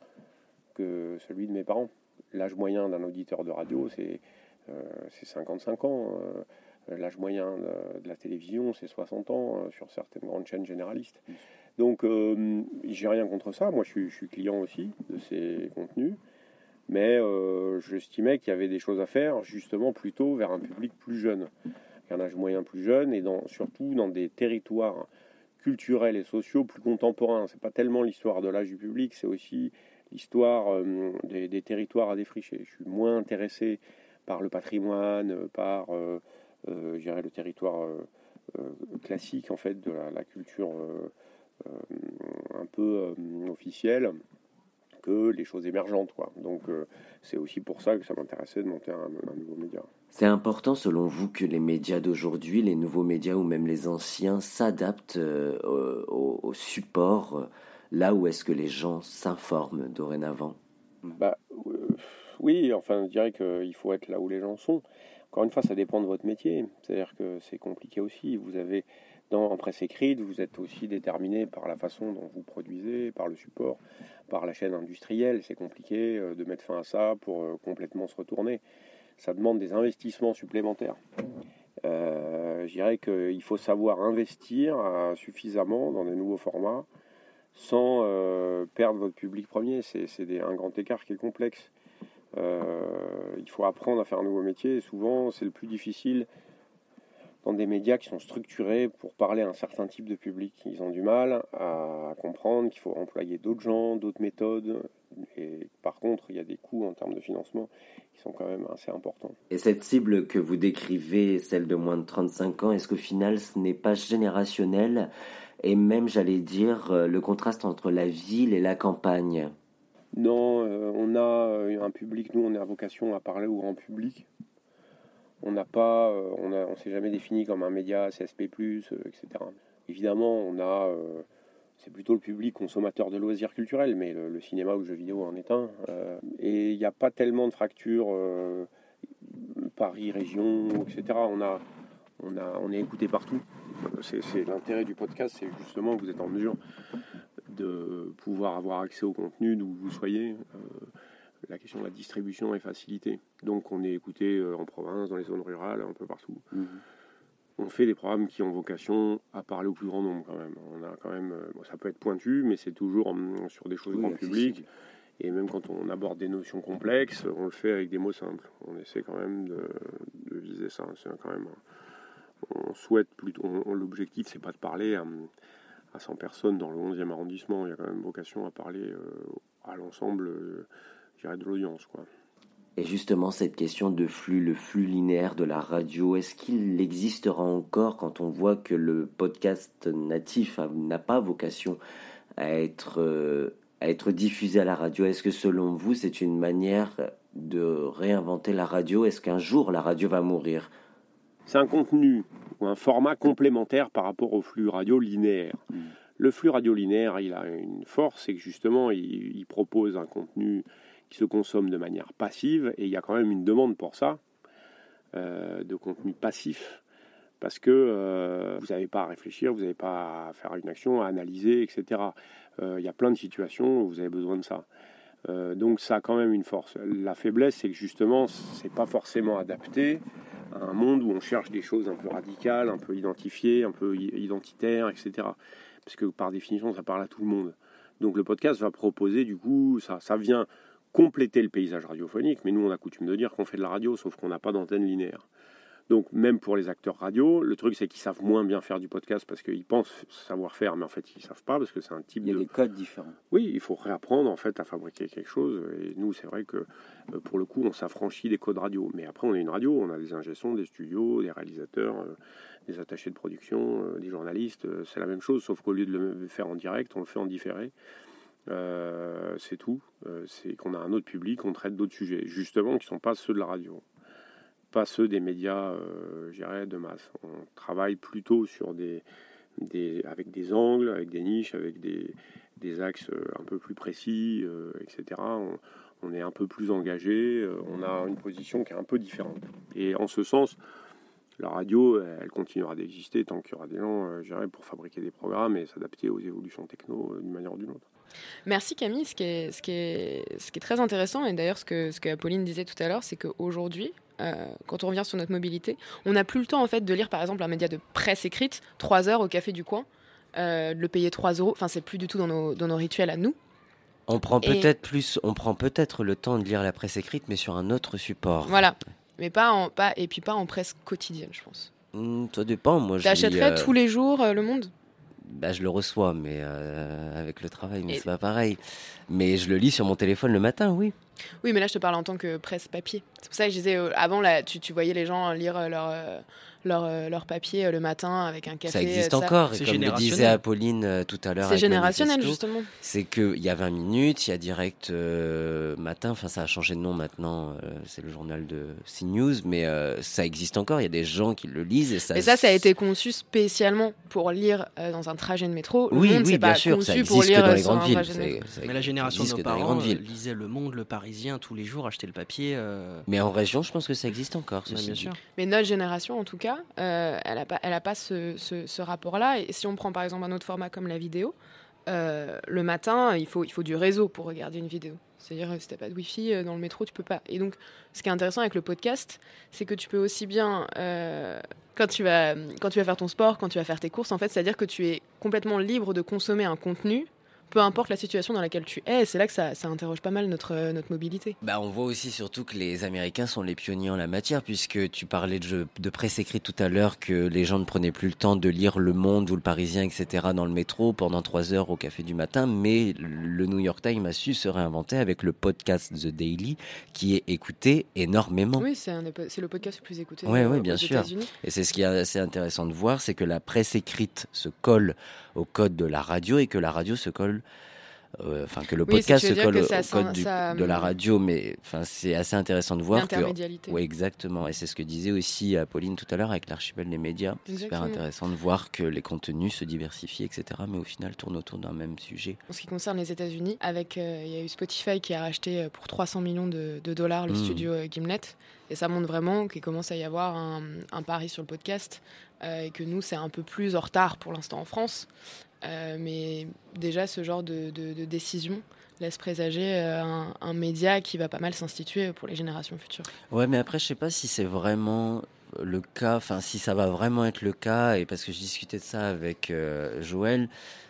que celui de mes parents. L'âge moyen d'un auditeur de radio, c'est, euh, c'est cinquante-cinq ans. Euh, L'âge moyen de la télévision, c'est soixante ans euh, sur certaines grandes chaînes généralistes. Donc, euh, j'ai rien contre ça. Moi, je suis, je suis client aussi de ces contenus. Mais euh, j'estimais qu'il y avait des choses à faire, justement, plutôt vers un public plus jeune, un âge moyen plus jeune, et dans, surtout dans des territoires culturels et sociaux plus contemporains. C'est pas tellement l'histoire de l'âge du public, c'est aussi l'histoire euh, des, des territoires à défricher. Je suis moins intéressé par le patrimoine, par euh, euh, je dirais le territoire euh, euh, classique en fait de la, la culture euh, euh, un peu euh, officielle, que les choses émergentes, quoi. Donc euh, c'est aussi pour ça que ça m'intéressait de monter un, un nouveau média. C'est important selon vous que les médias d'aujourd'hui, les nouveaux médias ou même les anciens s'adaptent euh, au, au support, euh, là où est-ce que les gens s'informent dorénavant? Bah euh, oui, enfin je dirais qu'il faut être là où les gens sont. Encore une fois, ça dépend de votre métier. C'est-à-dire que c'est compliqué aussi. Vous avez dans, en presse écrite, vous êtes aussi déterminé par la façon dont vous produisez, par le support, par la chaîne industrielle. C'est compliqué euh, de mettre fin à ça pour euh, complètement se retourner. Ça demande des investissements supplémentaires. Euh, je dirais qu'il faut savoir investir euh, suffisamment dans des nouveaux formats sans euh, perdre votre public premier. C'est, c'est des, un grand écart qui est complexe. Euh, il faut apprendre à faire un nouveau métier. Et souvent, c'est le plus difficile dans des médias qui sont structurés pour parler à un certain type de public. Ils ont du mal à comprendre qu'il faut employer d'autres gens, d'autres méthodes. Et par contre, il y a des coûts en termes de financement qui sont quand même assez importants. Et cette cible que vous décrivez, celle de moins de trente-cinq ans, est-ce qu'au final, ce n'est pas générationnel? Et même, j'allais dire, le contraste entre la ville et la campagne? Non, euh, on a un public, nous, on a vocation à parler au grand public. On n'a pas, euh, on a, on s'est jamais défini comme un média C S P plus, euh, et cetera. Évidemment, on a, euh, c'est plutôt le public consommateur de loisirs culturels, mais le, le cinéma ou le jeu vidéo en est un. Euh, et il n'y a pas tellement de fractures euh, Paris, région, et cetera. On a, on a, on est écouté partout. C'est, c'est l'intérêt du podcast, c'est justement que vous êtes en mesure de pouvoir avoir accès au contenu d'où vous soyez. Euh, La question de la distribution est facilitée. Donc on est écouté en province, dans les zones rurales, un peu partout. Mmh. On fait des programmes qui ont vocation à parler au plus grand nombre quand même. On a quand même, bon, ça peut être pointu, mais c'est toujours sur des choses oui, grand public. Et même quand on aborde des notions complexes, on le fait avec des mots simples. On essaie quand même de, de viser ça. C'est quand même, on souhaite plutôt. On, l'objectif, c'est pas de parler à, à cent personnes dans le onzième arrondissement. Il y a quand même vocation à parler euh, à l'ensemble. Euh, de l'audience, quoi. Et justement, cette question de flux, le flux linéaire de la radio, est-ce qu'il existera encore quand on voit que le podcast natif n'a pas vocation à être, euh, à être diffusé à la radio? Est-ce que selon vous, c'est une manière de réinventer la radio? Est-ce qu'un jour, la radio va mourir? C'est un contenu ou un format complémentaire par rapport au flux radio linéaire. Mmh. Le flux radio linéaire, il a une force, c'est que justement, il, il propose un contenu qui se consomme de manière passive, et il y a quand même une demande pour ça, euh, de contenu passif, parce que euh, vous n'avez pas à réfléchir, vous n'avez pas à faire une action, à analyser, et cetera. Euh, il y a plein de situations où vous avez besoin de ça. Euh, donc ça a quand même une force. La faiblesse, c'est que justement, c'est pas forcément adapté à un monde où on cherche des choses un peu radicales, un peu identifiées, un peu identitaires, et cetera. Parce que par définition, ça parle à tout le monde. Donc le podcast va proposer, du coup, ça, ça vient compléter le paysage radiophonique, mais nous on a coutume de dire qu'on fait de la radio, sauf qu'on n'a pas d'antenne linéaire. Donc même pour les acteurs radio, le truc c'est qu'ils savent moins bien faire du podcast parce qu'ils pensent savoir faire, mais en fait ils savent pas parce que c'est un type de... Il y a de... des codes différents. Oui, il faut réapprendre en fait à fabriquer quelque chose, et nous c'est vrai que pour le coup on s'affranchit des codes radio, mais après on est une radio, on a des ingé-sons, des studios, des réalisateurs, euh, des attachés de production, euh, des journalistes, euh, c'est la même chose, sauf qu'au lieu de le faire en direct, on le fait en différé. Euh, c'est tout, euh, c'est qu'on a un autre public, on traite d'autres sujets, justement qui ne sont pas ceux de la radio, pas ceux des médias, euh, je dirais, de masse. On travaille plutôt sur des, des, avec des angles, avec des niches, avec des, des axes un peu plus précis, euh, et cetera. On, on est un peu plus engagé, euh, on a une position qui est un peu différente. Et en ce sens, la radio, elle continuera d'exister tant qu'il y aura des gens, euh, je dirais, pour fabriquer des programmes et s'adapter aux évolutions techno euh, d'une manière ou d'une autre. Merci Camille, ce qui est, ce qui est, ce qui est très intéressant, et d'ailleurs ce que, ce que Apolline disait tout à l'heure, c'est qu'aujourd'hui, euh, quand on revient sur notre mobilité, on n'a plus le temps en fait de lire par exemple un média de presse écrite, trois heures au café du coin, euh, de le payer trois euros, enfin c'est plus du tout dans nos, dans nos rituels à nous. On prend, et... peut-être plus, on prend peut-être le temps de lire la presse écrite, mais sur un autre support. Voilà, mais pas en, pas, et puis pas en presse quotidienne, je pense. Mmh, ça dépend, moi je T'achèterais lis, euh... tous les jours euh, Le Monde ? Bah, je le reçois, mais euh, avec le travail, mais et... c'est pas pareil. Mais je le lis sur mon téléphone le matin, oui. Oui, mais là, je te parle en tant que presse papier. C'est pour ça que je disais, euh, avant, là, tu, tu voyais les gens lire euh, leur, euh, leur, euh, leur papier euh, le matin avec un café. Ça existe ça. encore, C'est et comme le disait Apolline euh, tout à l'heure. C'est avec générationnel, Manifesto, justement. C'est qu'il y a vingt minutes, il y a direct euh, matin, enfin ça a changé de nom maintenant, euh, c'est le journal de CNews, mais euh, ça existe encore, il y a des gens qui le lisent. Et ça, Mais ça, ça a été conçu spécialement pour lire euh, dans un trajet de métro. Le Oui, Monde, oui, c'est bien pas sûr, conçu ça pour existe lire que dans les sur un grandes villes. trajet de Ça- métro. ça Mais la génération de existe nos que dans les parents grandes euh, villes. lisait Le Monde, Le Parisien tous les jours, achetaient le papier. euh, Mais en région, je pense que ça existe encore. ouais, ceci bien dit. sûr. Mais notre génération, en tout cas, euh, elle n'a pas, elle a pas ce, ce, ce rapport-là. Et si on prend par exemple un autre format comme la vidéo, euh, le matin, il faut, il faut du réseau pour regarder une vidéo. C'est-à-dire, si tu n'as pas de Wi-Fi euh, dans le métro, tu peux pas. Et donc, ce qui est intéressant avec le podcast, c'est que tu peux aussi bien, euh, quand, tu vas, quand tu vas faire ton sport, quand tu vas faire tes courses, en fait, c'est-à-dire que tu es complètement libre de consommer un contenu, peu importe la situation dans laquelle tu es. Et c'est là que ça, ça interroge pas mal notre, euh, notre mobilité. Bah, on voit aussi surtout que les Américains sont les pionniers en la matière, puisque tu parlais de, de presse écrite tout à l'heure, que les gens ne prenaient plus le temps de lire Le Monde ou Le Parisien, et cetera dans le métro pendant trois heures au café du matin, mais le New York Times a su se réinventer avec le podcast The Daily, qui est écouté énormément. Oui, c'est, un des po- c'est le podcast le plus écouté Ouais, euh, ouais, aux bien sûr. États-Unis. Et c'est ce qui est assez intéressant de voir, c'est que la presse écrite se colle au code de la radio et que la radio se colle, euh, enfin que le Oui, podcast si tu se veux dire colle que au ça code sent- du- ça, de la hum, radio, mais enfin c'est assez intéressant de voir que. L'intermédialité. Oui, exactement. Et c'est ce que disait aussi Apolline tout à l'heure avec l'archipel des médias. C'est super Exactement. intéressant de voir que les contenus se diversifient, et cetera. Mais au final tournent autour d'un même sujet. En ce qui concerne les États-Unis, avec euh, il y a eu Spotify qui a racheté euh, pour trois cents millions de, de dollars le Mmh. studio euh, Gimlet, et ça montre vraiment qu'il commence à y avoir un, un pari sur le podcast, euh, et que nous c'est un peu plus en retard pour l'instant en France, Euh, mais déjà ce genre de, de, de décision laisse présager euh, un, un média qui va pas mal s'instituer pour les générations futures. Ouais, mais après, je sais pas si c'est vraiment le cas, enfin, si ça va vraiment être le cas, et parce que je discutais de ça avec euh, Joël,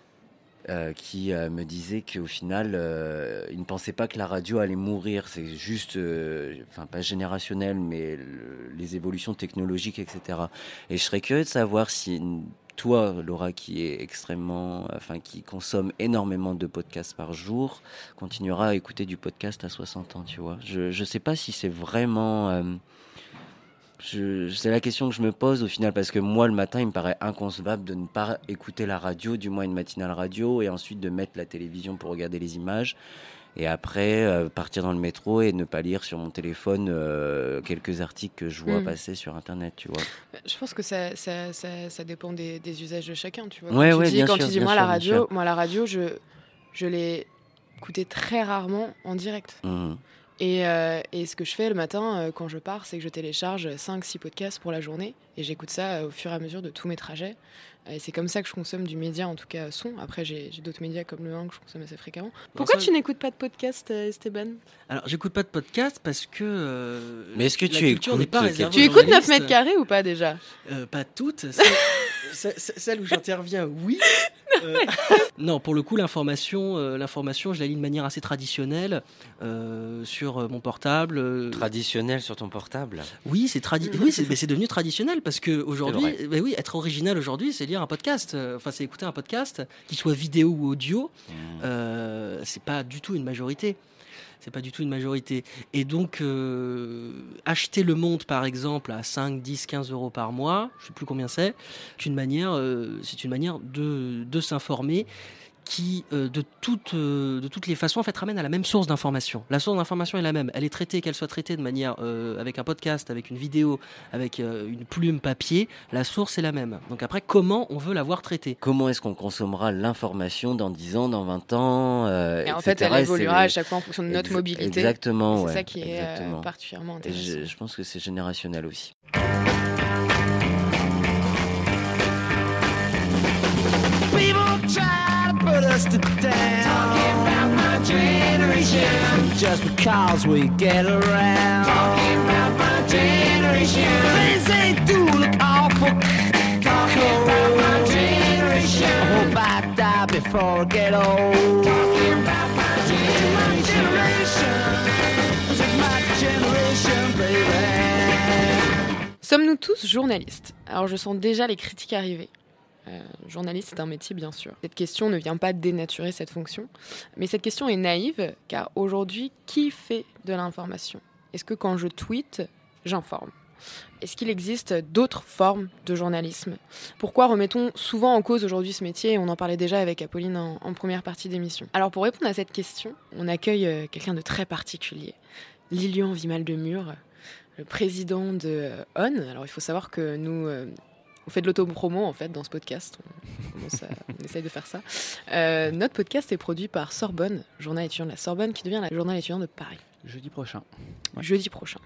euh, qui euh, me disait qu'au final, euh, il ne pensait pas que la radio allait mourir. C'est juste, euh, enfin, pas générationnel, mais le- les évolutions technologiques, et cetera. Et je serais curieux de savoir si toi, Laura, qui est extrêmement, enfin, qui consomme énormément de podcasts par jour, continuera à écouter du podcast à soixante ans, tu vois. Je, je sais pas si c'est vraiment, euh, je, c'est la question que je me pose au final, parce que moi, le matin, il me paraît inconcevable de ne pas écouter la radio, du moins une matinale radio, et ensuite de mettre la télévision pour regarder les images. Et après, euh, partir dans le métro et ne pas lire sur mon téléphone euh, quelques articles que je vois Mm. passer sur Internet, tu vois. Je pense que ça, ça, ça, ça dépend des, des usages de chacun, tu vois. Ouais, quand ouais, tu dis, bien quand sûr, tu dis bien moi, sûr, la bien radio, sûr. moi la radio, je, je l'ai écoutée très rarement en direct. Mhm. Et, euh, et ce que je fais le matin euh, quand je pars, c'est que je télécharge cinq six podcasts pour la journée et j'écoute ça euh, au fur et à mesure de tous mes trajets. Et c'est comme ça que je consomme du média, en tout cas son. Après, j'ai, j'ai d'autres médias comme le un que je consomme assez fréquemment. Pourquoi ça- tu n'écoutes pas de podcast, euh, Esteban? Alors, j'écoute pas de podcast parce que. euh, Mais est-ce que la tu culture n'est écoutes pas quelque- réservée Tu aux écoutes neuf journalistes. mètres carrés ou pas déjà? Euh, Pas toutes. Celle, celle- celle où j'interviens, oui. Euh, non, pour le coup, l'information, euh, l'information, je la lis de manière assez traditionnelle euh, sur euh, mon portable. euh, Traditionnel sur ton portable. Oui, c'est tradi- oui, c'est, mais c'est devenu traditionnel parce que aujourd'hui, C'est vrai. bah oui, être original aujourd'hui, c'est lire un podcast. Euh, Enfin, c'est écouter un podcast, qu'il soit vidéo ou audio. Mmh. Euh, c'est pas du tout une majorité. C'est pas du tout une majorité. Et donc, euh, acheter Le Monde, par exemple, à cinq, dix, quinze euros par mois, je sais plus combien c'est, c'est une manière, euh, c'est une manière de, de s'informer qui, euh, de, toutes, euh, de toutes les façons, en fait, ramène à la même source d'information. La source d'information est la même. Elle est traitée, qu'elle soit traitée de manière euh, avec un podcast, avec une vidéo, avec euh, une plume papier, la source est la même. Donc après, comment on veut l'avoir traitée? Comment est-ce qu'on consommera l'information dans dix ans, dans vingt ans euh, Et en et fait, cetera. elle Et c'est évoluera les- à chaque fois en fonction de notre Ex- mobilité. Exactement, C'est ouais. ça qui est euh, Exactement. particulièrement Et intéressant. je, je pense que c'est générationnel aussi. People try to put us to down. Talking about my generation. Just because we get around. Talking about my generation. Things they do look awful. Talking about my generation. I hope I die before I get old. Talking about my generation. This is my generation, baby. Sommes-nous tous journalistes? Alors je sens déjà les critiques arriver. Euh, journaliste, c'est un métier, bien sûr. Cette question ne vient pas dénaturer cette fonction, mais cette question est naïve, car aujourd'hui, qui fait de l'information ? Est-ce que quand je tweete, j'informe ? Est-ce qu'il existe d'autres formes de journalisme ? Pourquoi remettons souvent en cause aujourd'hui ce métier ? On en parlait déjà avec Apolline en, en première partie d'émission. Alors pour répondre à cette question, on accueille euh, quelqu'un de très particulier, Lilian Vimal-de-Mur, le président de euh, O N. Alors il faut savoir que nous, euh, on fait de l'autopromo en fait dans ce podcast, on, on, commence à, on essaye de faire ça. Euh, notre podcast est produit par Sorbonne, journal étudiant de la Sorbonne, qui devient la journal étudiant de Paris. Jeudi prochain. Ouais. Jeudi prochain.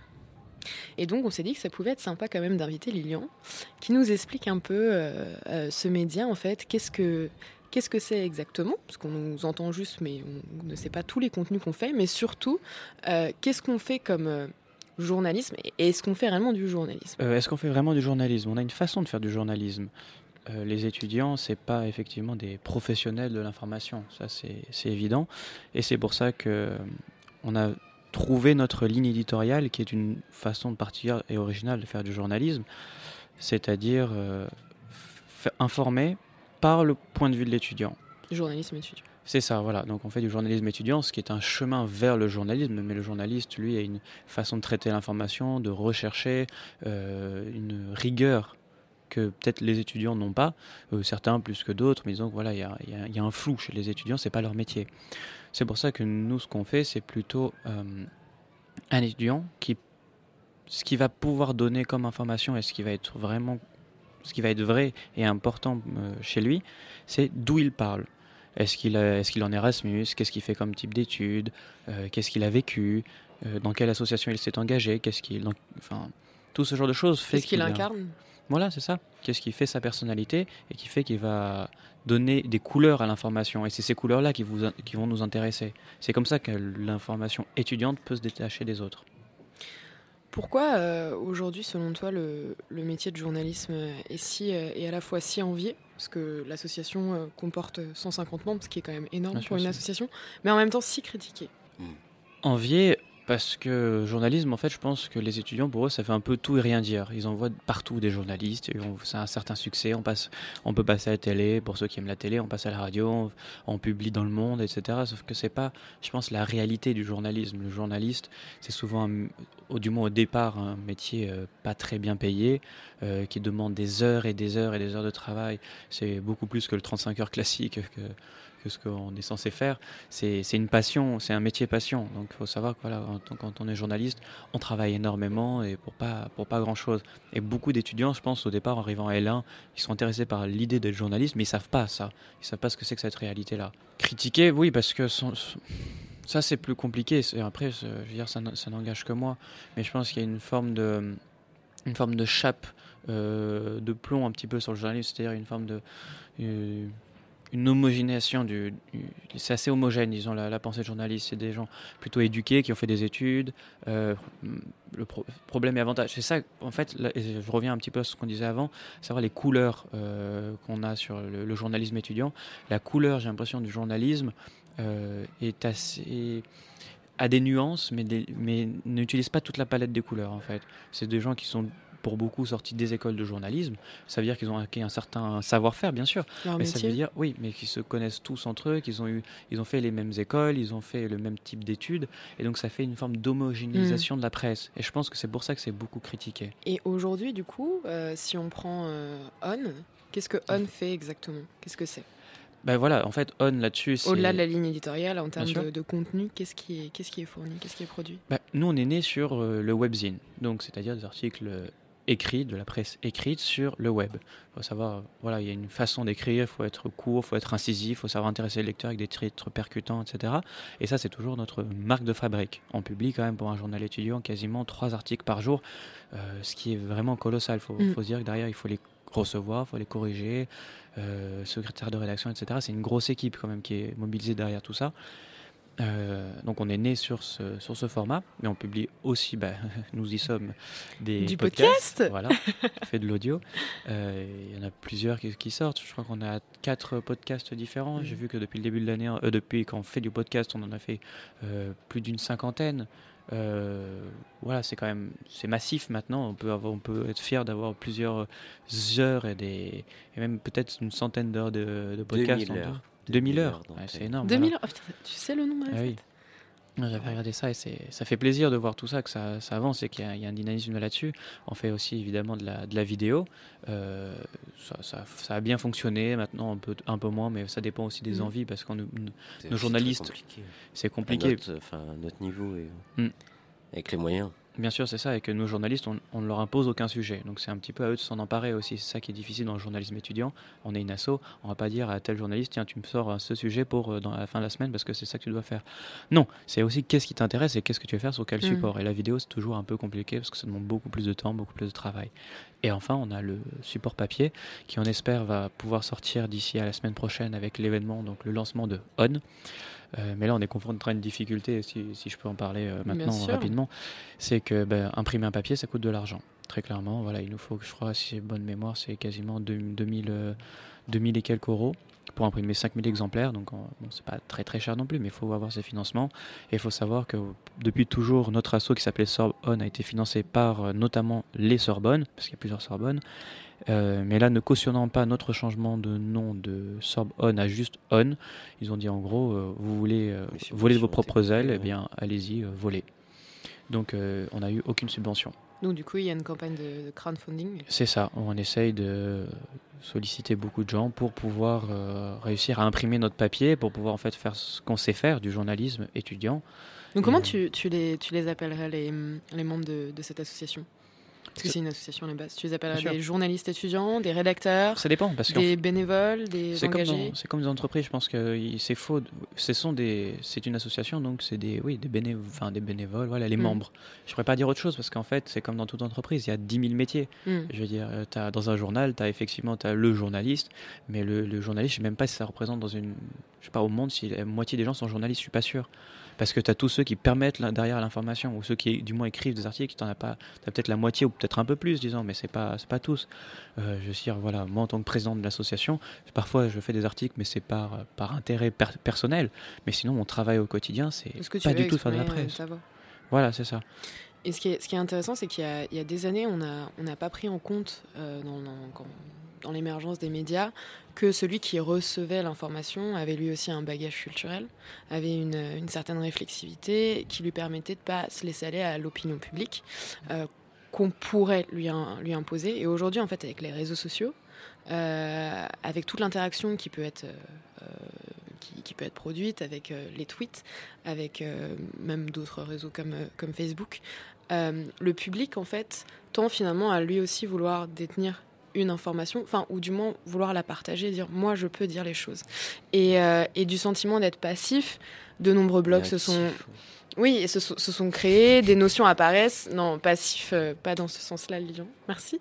Et donc on s'est dit que ça pouvait être sympa quand même d'inviter Lilian, qui nous explique un peu euh, euh, ce média en fait, qu'est-ce que, qu'est-ce que c'est exactement, parce qu'on nous entend juste mais on ne sait pas tous les contenus qu'on fait, mais surtout euh, qu'est-ce qu'on fait comme euh, journalisme, et est-ce qu'on fait réellement du journalisme ? euh, Est-ce qu'on fait vraiment du journalisme ? On a une façon de faire du journalisme. Euh, les étudiants, c'est pas effectivement des professionnels de l'information, ça c'est, c'est évident, et c'est pour ça que on a trouver notre ligne éditoriale qui est une façon particulière et originale de faire du journalisme, c'est-à-dire euh, f- informer par le point de vue de l'étudiant. Journalisme étudiant. C'est ça, voilà. Donc on fait du journalisme étudiant, ce qui est un chemin vers le journalisme, mais le journaliste, lui, a une façon de traiter l'information, de rechercher euh, une rigueur que peut-être les étudiants n'ont pas, euh, certains plus que d'autres, mais disons que voilà, il y a, y a, y a un flou chez les étudiants, c'est pas leur métier. C'est pour ça que nous, ce qu'on fait, c'est plutôt euh, un étudiant qui, ce qui va pouvoir donner comme information et ce qui va être vraiment, ce qui va être vrai et important euh, chez lui, c'est d'où il parle. Est-ce qu'il, a, est-ce qu'il en est Erasmus ? Qu'est-ce qu'il fait comme type d'études ? euh, Qu'est-ce qu'il a vécu ? euh, Dans quelle association il s'est engagé ? Qu'est-ce qu'il, donc, enfin, tout ce genre de choses fait Qu'est-ce qu'il, qu'il incarne ? Voilà, c'est ça. Qu'est-ce qui fait sa personnalité et qui fait qu'il va donner des couleurs à l'information. Et c'est ces couleurs-là qui, vous, qui vont nous intéresser. C'est comme ça que l'information étudiante peut se détacher des autres. Pourquoi euh, aujourd'hui, selon toi, le, le métier de journalisme est, si, euh, est à la fois si envié ? Parce que l'association euh, comporte cent cinquante membres, ce qui est quand même énorme Bien pour sûr, une c'est... association, mais en même temps si critiqué. Envié parce que journalisme, en fait, je pense que les étudiants, pour eux, ça fait un peu tout et rien dire. Ils envoient partout des journalistes, et on, c'est un certain succès. On, passe, on peut passer à la télé, pour ceux qui aiment la télé, on passe à la radio, on, on publie dans le monde, et cetera. Sauf que c'est pas, je pense, la réalité du journalisme. Le journaliste, c'est souvent, un, au, du moins au départ, un métier euh, pas très bien payé, euh, qui demande des heures et des heures et des heures de travail. C'est beaucoup plus que le trente-cinq heures classique que... que ce qu'on est censé faire, c'est, c'est une passion, c'est un métier passion. Donc il faut savoir que voilà, quand on est journaliste, on travaille énormément et pour pas, pour pas grand-chose. Et beaucoup d'étudiants, je pense, au départ, en arrivant à L un, ils sont intéressés par l'idée d'être journaliste, mais ils savent pas ça. Ils savent pas ce que c'est que cette réalité-là. Critiquer, oui, parce que son, son, ça, c'est plus compliqué. C'est, après, je veux dire, ça, ça n'engage que moi. Mais je pense qu'il y a une forme de, une forme de chape euh, de plomb un petit peu sur le journalisme, c'est-à-dire une forme de... Euh, une homogénéisation, du, du, c'est assez homogène, disons, la, la pensée de journaliste. C'est des gens plutôt éduqués, qui ont fait des études. Euh, le pro- problème et avantage, c'est ça, en fait, là, et je reviens un petit peu à ce qu'on disait avant, savoir les couleurs euh, qu'on a sur le, le journalisme étudiant. La couleur, j'ai l'impression, du journalisme euh, est assez... a des nuances, mais, des, mais n'utilise pas toute la palette des couleurs, en fait. C'est des gens qui sont... pour beaucoup sortis des écoles de journalisme, ça veut dire qu'ils ont acquis un certain savoir-faire, bien sûr. Leur mais métier. ça veut dire, oui, mais qu'ils se connaissent tous entre eux, qu'ils ont eu, ils ont fait les mêmes écoles, ils ont fait le même type d'études, et donc ça fait une forme d'homogénéisation mmh. de la presse. Et je pense que c'est pour ça que c'est beaucoup critiqué. Et aujourd'hui, du coup, euh, si on prend euh, O N, qu'est-ce que O N fait exactement ? Qu'est-ce que c'est ? Ben voilà, en fait, O N là-dessus, c'est... Au-delà de la ligne éditoriale, en termes de, de contenu, qu'est-ce qui est, qu'est-ce qui est fourni ? Qu'est-ce qui est produit ? Ben, nous, on est né sur euh, le webzine, donc c'est-à-dire des articles écrits, de la presse écrite sur le web. Il faut savoir, voilà, il y a une façon d'écrire, il faut être court, il faut être incisif, il faut savoir intéresser le lecteur avec des titres percutants, et cetera. Et ça, c'est toujours notre marque de fabrique. On publie quand même pour un journal étudiant quasiment trois articles par jour, euh, ce qui est vraiment colossal. Il faut, mm. faut se dire que derrière, il faut les recevoir, il faut les corriger, euh, secrétaire de rédaction, et cetera. C'est une grosse équipe quand même qui est mobilisée derrière tout ça. Euh, donc on est né sur ce, sur ce format, mais on publie aussi, bah, nous y sommes, des du podcasts. podcast. Voilà, on fait de l'audio. Euh, Il y en a plusieurs qui, qui sortent. Je crois qu'on a quatre podcasts différents. Mmh. J'ai vu que depuis le début de l'année, euh, depuis qu'on fait du podcast, on en a fait euh, plus d'une cinquantaine. Euh, voilà, c'est quand même c'est massif maintenant. On peut avoir, on peut être fier d'avoir plusieurs heures et des et même peut-être une centaine d'heures de, de podcasts. deux mille heures. deux mille heures, ouais, c'est énorme. deux mille heures, oh, putain, tu sais le nombre de ah, oui. J'avais regardé ça et c'est, ça fait plaisir de voir tout ça, que ça, ça avance et qu'il y a, il y a un dynamisme là-dessus. On fait aussi évidemment de la, de la vidéo. Euh, ça, ça, ça a bien fonctionné, maintenant un peu, un peu moins, mais ça dépend aussi des mmh. envies parce que nous, nos journalistes, compliqué. c'est compliqué. À notre, enfin, à notre niveau et mmh. avec les moyens. Bien sûr, c'est ça, et que nos journalistes, on, on ne leur impose aucun sujet. Donc c'est un petit peu à eux de s'en emparer aussi. C'est ça qui est difficile dans le journalisme étudiant. On est une asso, on ne va pas dire à tel journaliste, tiens, tu me sors ce sujet pour dans la fin de la semaine parce que c'est ça que tu dois faire. Non, c'est aussi qu'est-ce qui t'intéresse et qu'est-ce que tu veux faire sur quel mmh. support. Et la vidéo, c'est toujours un peu compliqué parce que ça demande beaucoup plus de temps, beaucoup plus de travail. Et enfin, on a le support papier qui, on espère, va pouvoir sortir d'ici à la semaine prochaine avec l'événement, donc le lancement de O N. Euh, mais là, on est confronté à une difficulté, si, si je peux en parler euh, maintenant rapidement, c'est que ben, imprimer un papier, ça coûte de l'argent. Très clairement, voilà, il nous faut, je crois, si j'ai bonne mémoire, c'est quasiment deux mille, euh, deux mille et quelques euros pour imprimer cinq mille exemplaires. Donc, on, bon, c'est pas très très cher non plus, mais il faut avoir ces financements. Et il faut savoir que depuis toujours, notre asso qui s'appelait Sorbonne a été financé par euh, notamment les Sorbonnes, parce qu'il y a plusieurs Sorbonnes. Euh, mais là, ne cautionnant pas notre changement de nom de Sorbonne à juste On, ils ont dit en gros, euh, vous voulez euh, voler de vos propres ailes, eh bien, allez-y, euh, volez. Donc, euh, on n'a eu aucune subvention. Donc, du coup, il y a une campagne de, de crowdfunding. C'est ça, on essaye de solliciter beaucoup de gens pour pouvoir euh, réussir à imprimer notre papier, pour pouvoir en fait faire ce qu'on sait faire, du journalisme étudiant. Donc, comment tu, tu, les, tu les appellerais, les, les membres de, de cette association ? Parce que c'est une association à la base. Tu les appelles des journalistes étudiants, des rédacteurs, ça dépend, parce des bénévoles, des c'est engagés. Comme dans, c'est comme des entreprises. Je pense que c'est faux. Ce sont des, c'est une association, donc c'est des, oui, des bénévoles, enfin des bénévoles. Voilà, les mmh. membres. Je pourrais pas dire autre chose parce qu'en fait, c'est comme dans toute entreprise. Il y a dix mille métiers. Mmh. Je veux dire, t'as, dans un journal, t'as effectivement t'as le journaliste, mais le, le journaliste, je sais même pas si ça représente dans une, je sais pas au monde si la moitié des gens sont journalistes. Je suis pas sûr. Parce que tu as tous ceux qui permettent là, derrière l'information, ou ceux qui du moins écrivent des articles, tu as peut-être la moitié ou peut-être un peu plus, disons, mais c'est pas, c'est pas tous. Euh, je veux dire, voilà, moi en tant que président de l'association, parfois je fais des articles, mais c'est par, par intérêt per- personnel. Mais sinon, mon travail au quotidien, c'est pas du tout de faire de la presse. Voilà, c'est ça. Et ce qui est, ce qui est intéressant, c'est qu'il y a, il y a des années, on n'a on a pas pris en compte euh, dans, dans, quand, dans l'émergence des médias que celui qui recevait l'information avait lui aussi un bagage culturel, avait une, une certaine réflexivité qui lui permettait de ne pas se laisser aller à l'opinion publique euh, qu'on pourrait lui, un, lui imposer. Et aujourd'hui, en fait, avec les réseaux sociaux, euh, avec toute l'interaction qui peut être... Euh, Qui, qui peut être produite avec euh, les tweets, avec euh, même d'autres réseaux comme, euh, comme Facebook. Euh, le public, en fait, tend finalement à lui aussi vouloir détenir une information, enfin, ou du moins vouloir la partager, dire « moi, je peux dire les choses ». Et, euh, et du sentiment d'être passif, de nombreux blogs se sont... Oui, et se, se sont créés, des notions apparaissent. Non, passif, euh, pas dans ce sens-là, Lilian, merci.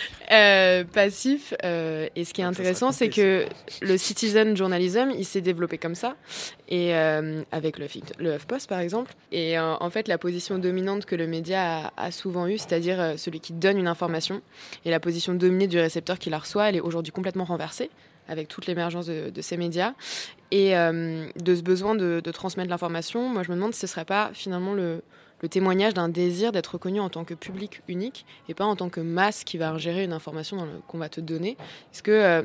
Euh, passif, euh, et ce qui est intéressant, c'est que le citizen journalism, il s'est développé comme ça, et euh, avec le, le HuffPost, par exemple. Et euh, en fait, la position dominante que le média a, a souvent eue, c'est-à-dire euh, celui qui donne une information, et la position dominée du récepteur qui la reçoit, elle est aujourd'hui complètement renversée, avec toute l'émergence de, de ces médias, et euh, de ce besoin de, de transmettre l'information. Moi, je me demande si ce ne serait pas finalement le, le témoignage d'un désir d'être reconnu en tant que public unique, et pas en tant que masse qui va ingérer une information dans le, qu'on va te donner. Est-ce que, euh,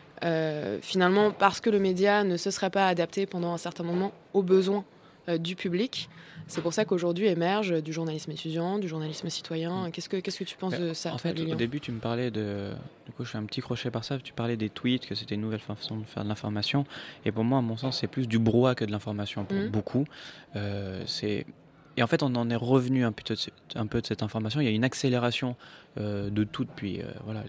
euh, finalement, parce que le média ne se serait pas adapté pendant un certain moment aux besoins euh, du public, c'est pour ça qu'aujourd'hui émerge du journalisme étudiant, du journalisme citoyen. Qu'est-ce que, qu'est-ce que tu penses de ça? En fait, Lilian ? Au début, tu me parlais de... Du coup, je fais un petit crochet par ça. Tu parlais des tweets, que c'était une nouvelle façon de faire de l'information. Et pour moi, à mon sens, c'est plus du brouhaha que de l'information pour mmh. beaucoup. Euh, c'est... Et en fait, on en est revenu un peu de, un peu de cette information. Il y a une accélération euh, de tout depuis euh, voilà,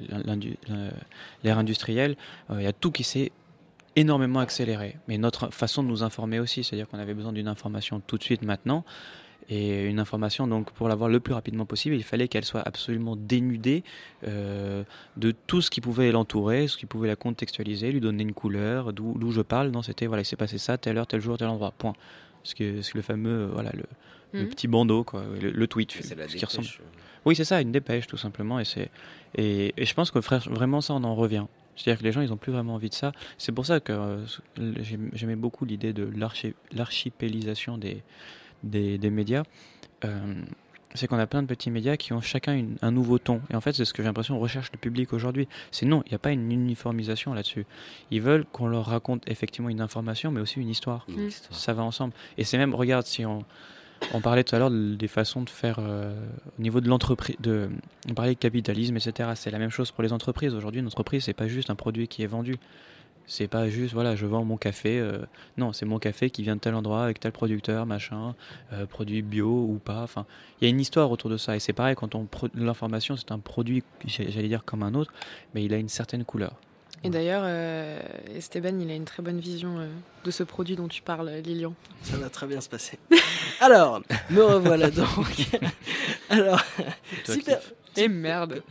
l'ère industrielle. Euh, il y a tout qui s'est énormément accéléré, mais notre façon de nous informer aussi, c'est-à-dire qu'on avait besoin d'une information tout de suite maintenant, et une information, donc pour l'avoir le plus rapidement possible, il fallait qu'elle soit absolument dénudée euh, de tout ce qui pouvait l'entourer, ce qui pouvait la contextualiser, lui donner une couleur, d'où, d'où je parle. Non, c'était voilà, il s'est passé ça, telle heure, tel jour, tel endroit, point. ce que, ce que le fameux, voilà, le, Mhm. le petit bandeau, quoi, le, le tweet, C'est la ce qui dépêche. ressemble. Oui, c'est ça, une dépêche tout simplement, et c'est et, et je pense que frère, vraiment ça, on en revient. C'est-à-dire que les gens, ils ont plus vraiment envie de ça. C'est pour ça que euh, j'aim- j'aimais beaucoup l'idée de l'archi- l'archipélisation des, des, des médias. Euh, c'est qu'on a plein de petits médias qui ont chacun une- un nouveau ton. Et en fait, c'est ce que j'ai l'impression recherche le public aujourd'hui. C'est non, il n'y a pas une uniformisation là-dessus. Ils veulent qu'on leur raconte effectivement une information, mais aussi une histoire. Une histoire. Ça va ensemble. Et c'est même, regarde, si on, on parlait tout à l'heure de- des façons de faire euh, au niveau de l'entreprise, de, on parlait de capitalisme, et cetera. C'est la même chose pour les entreprises. Aujourd'hui, une entreprise, c'est pas juste un produit qui est vendu. C'est pas juste, voilà, je vends mon café. euh, non, c'est mon café qui vient de tel endroit avec tel producteur, machin, euh, produit bio ou pas. Enfin, il y a une histoire autour de ça. Et c'est pareil, quand on pro- l'information, c'est un produit, j'ai- j'allais dire comme un autre, mais il a une certaine couleur. Et d'ailleurs, euh, Esteban, il a une très bonne vision euh, de ce produit dont tu parles, Lilian. Ça va très bien se passer. Alors, me revoilà donc. Alors, Toi si qui- per- Et merde.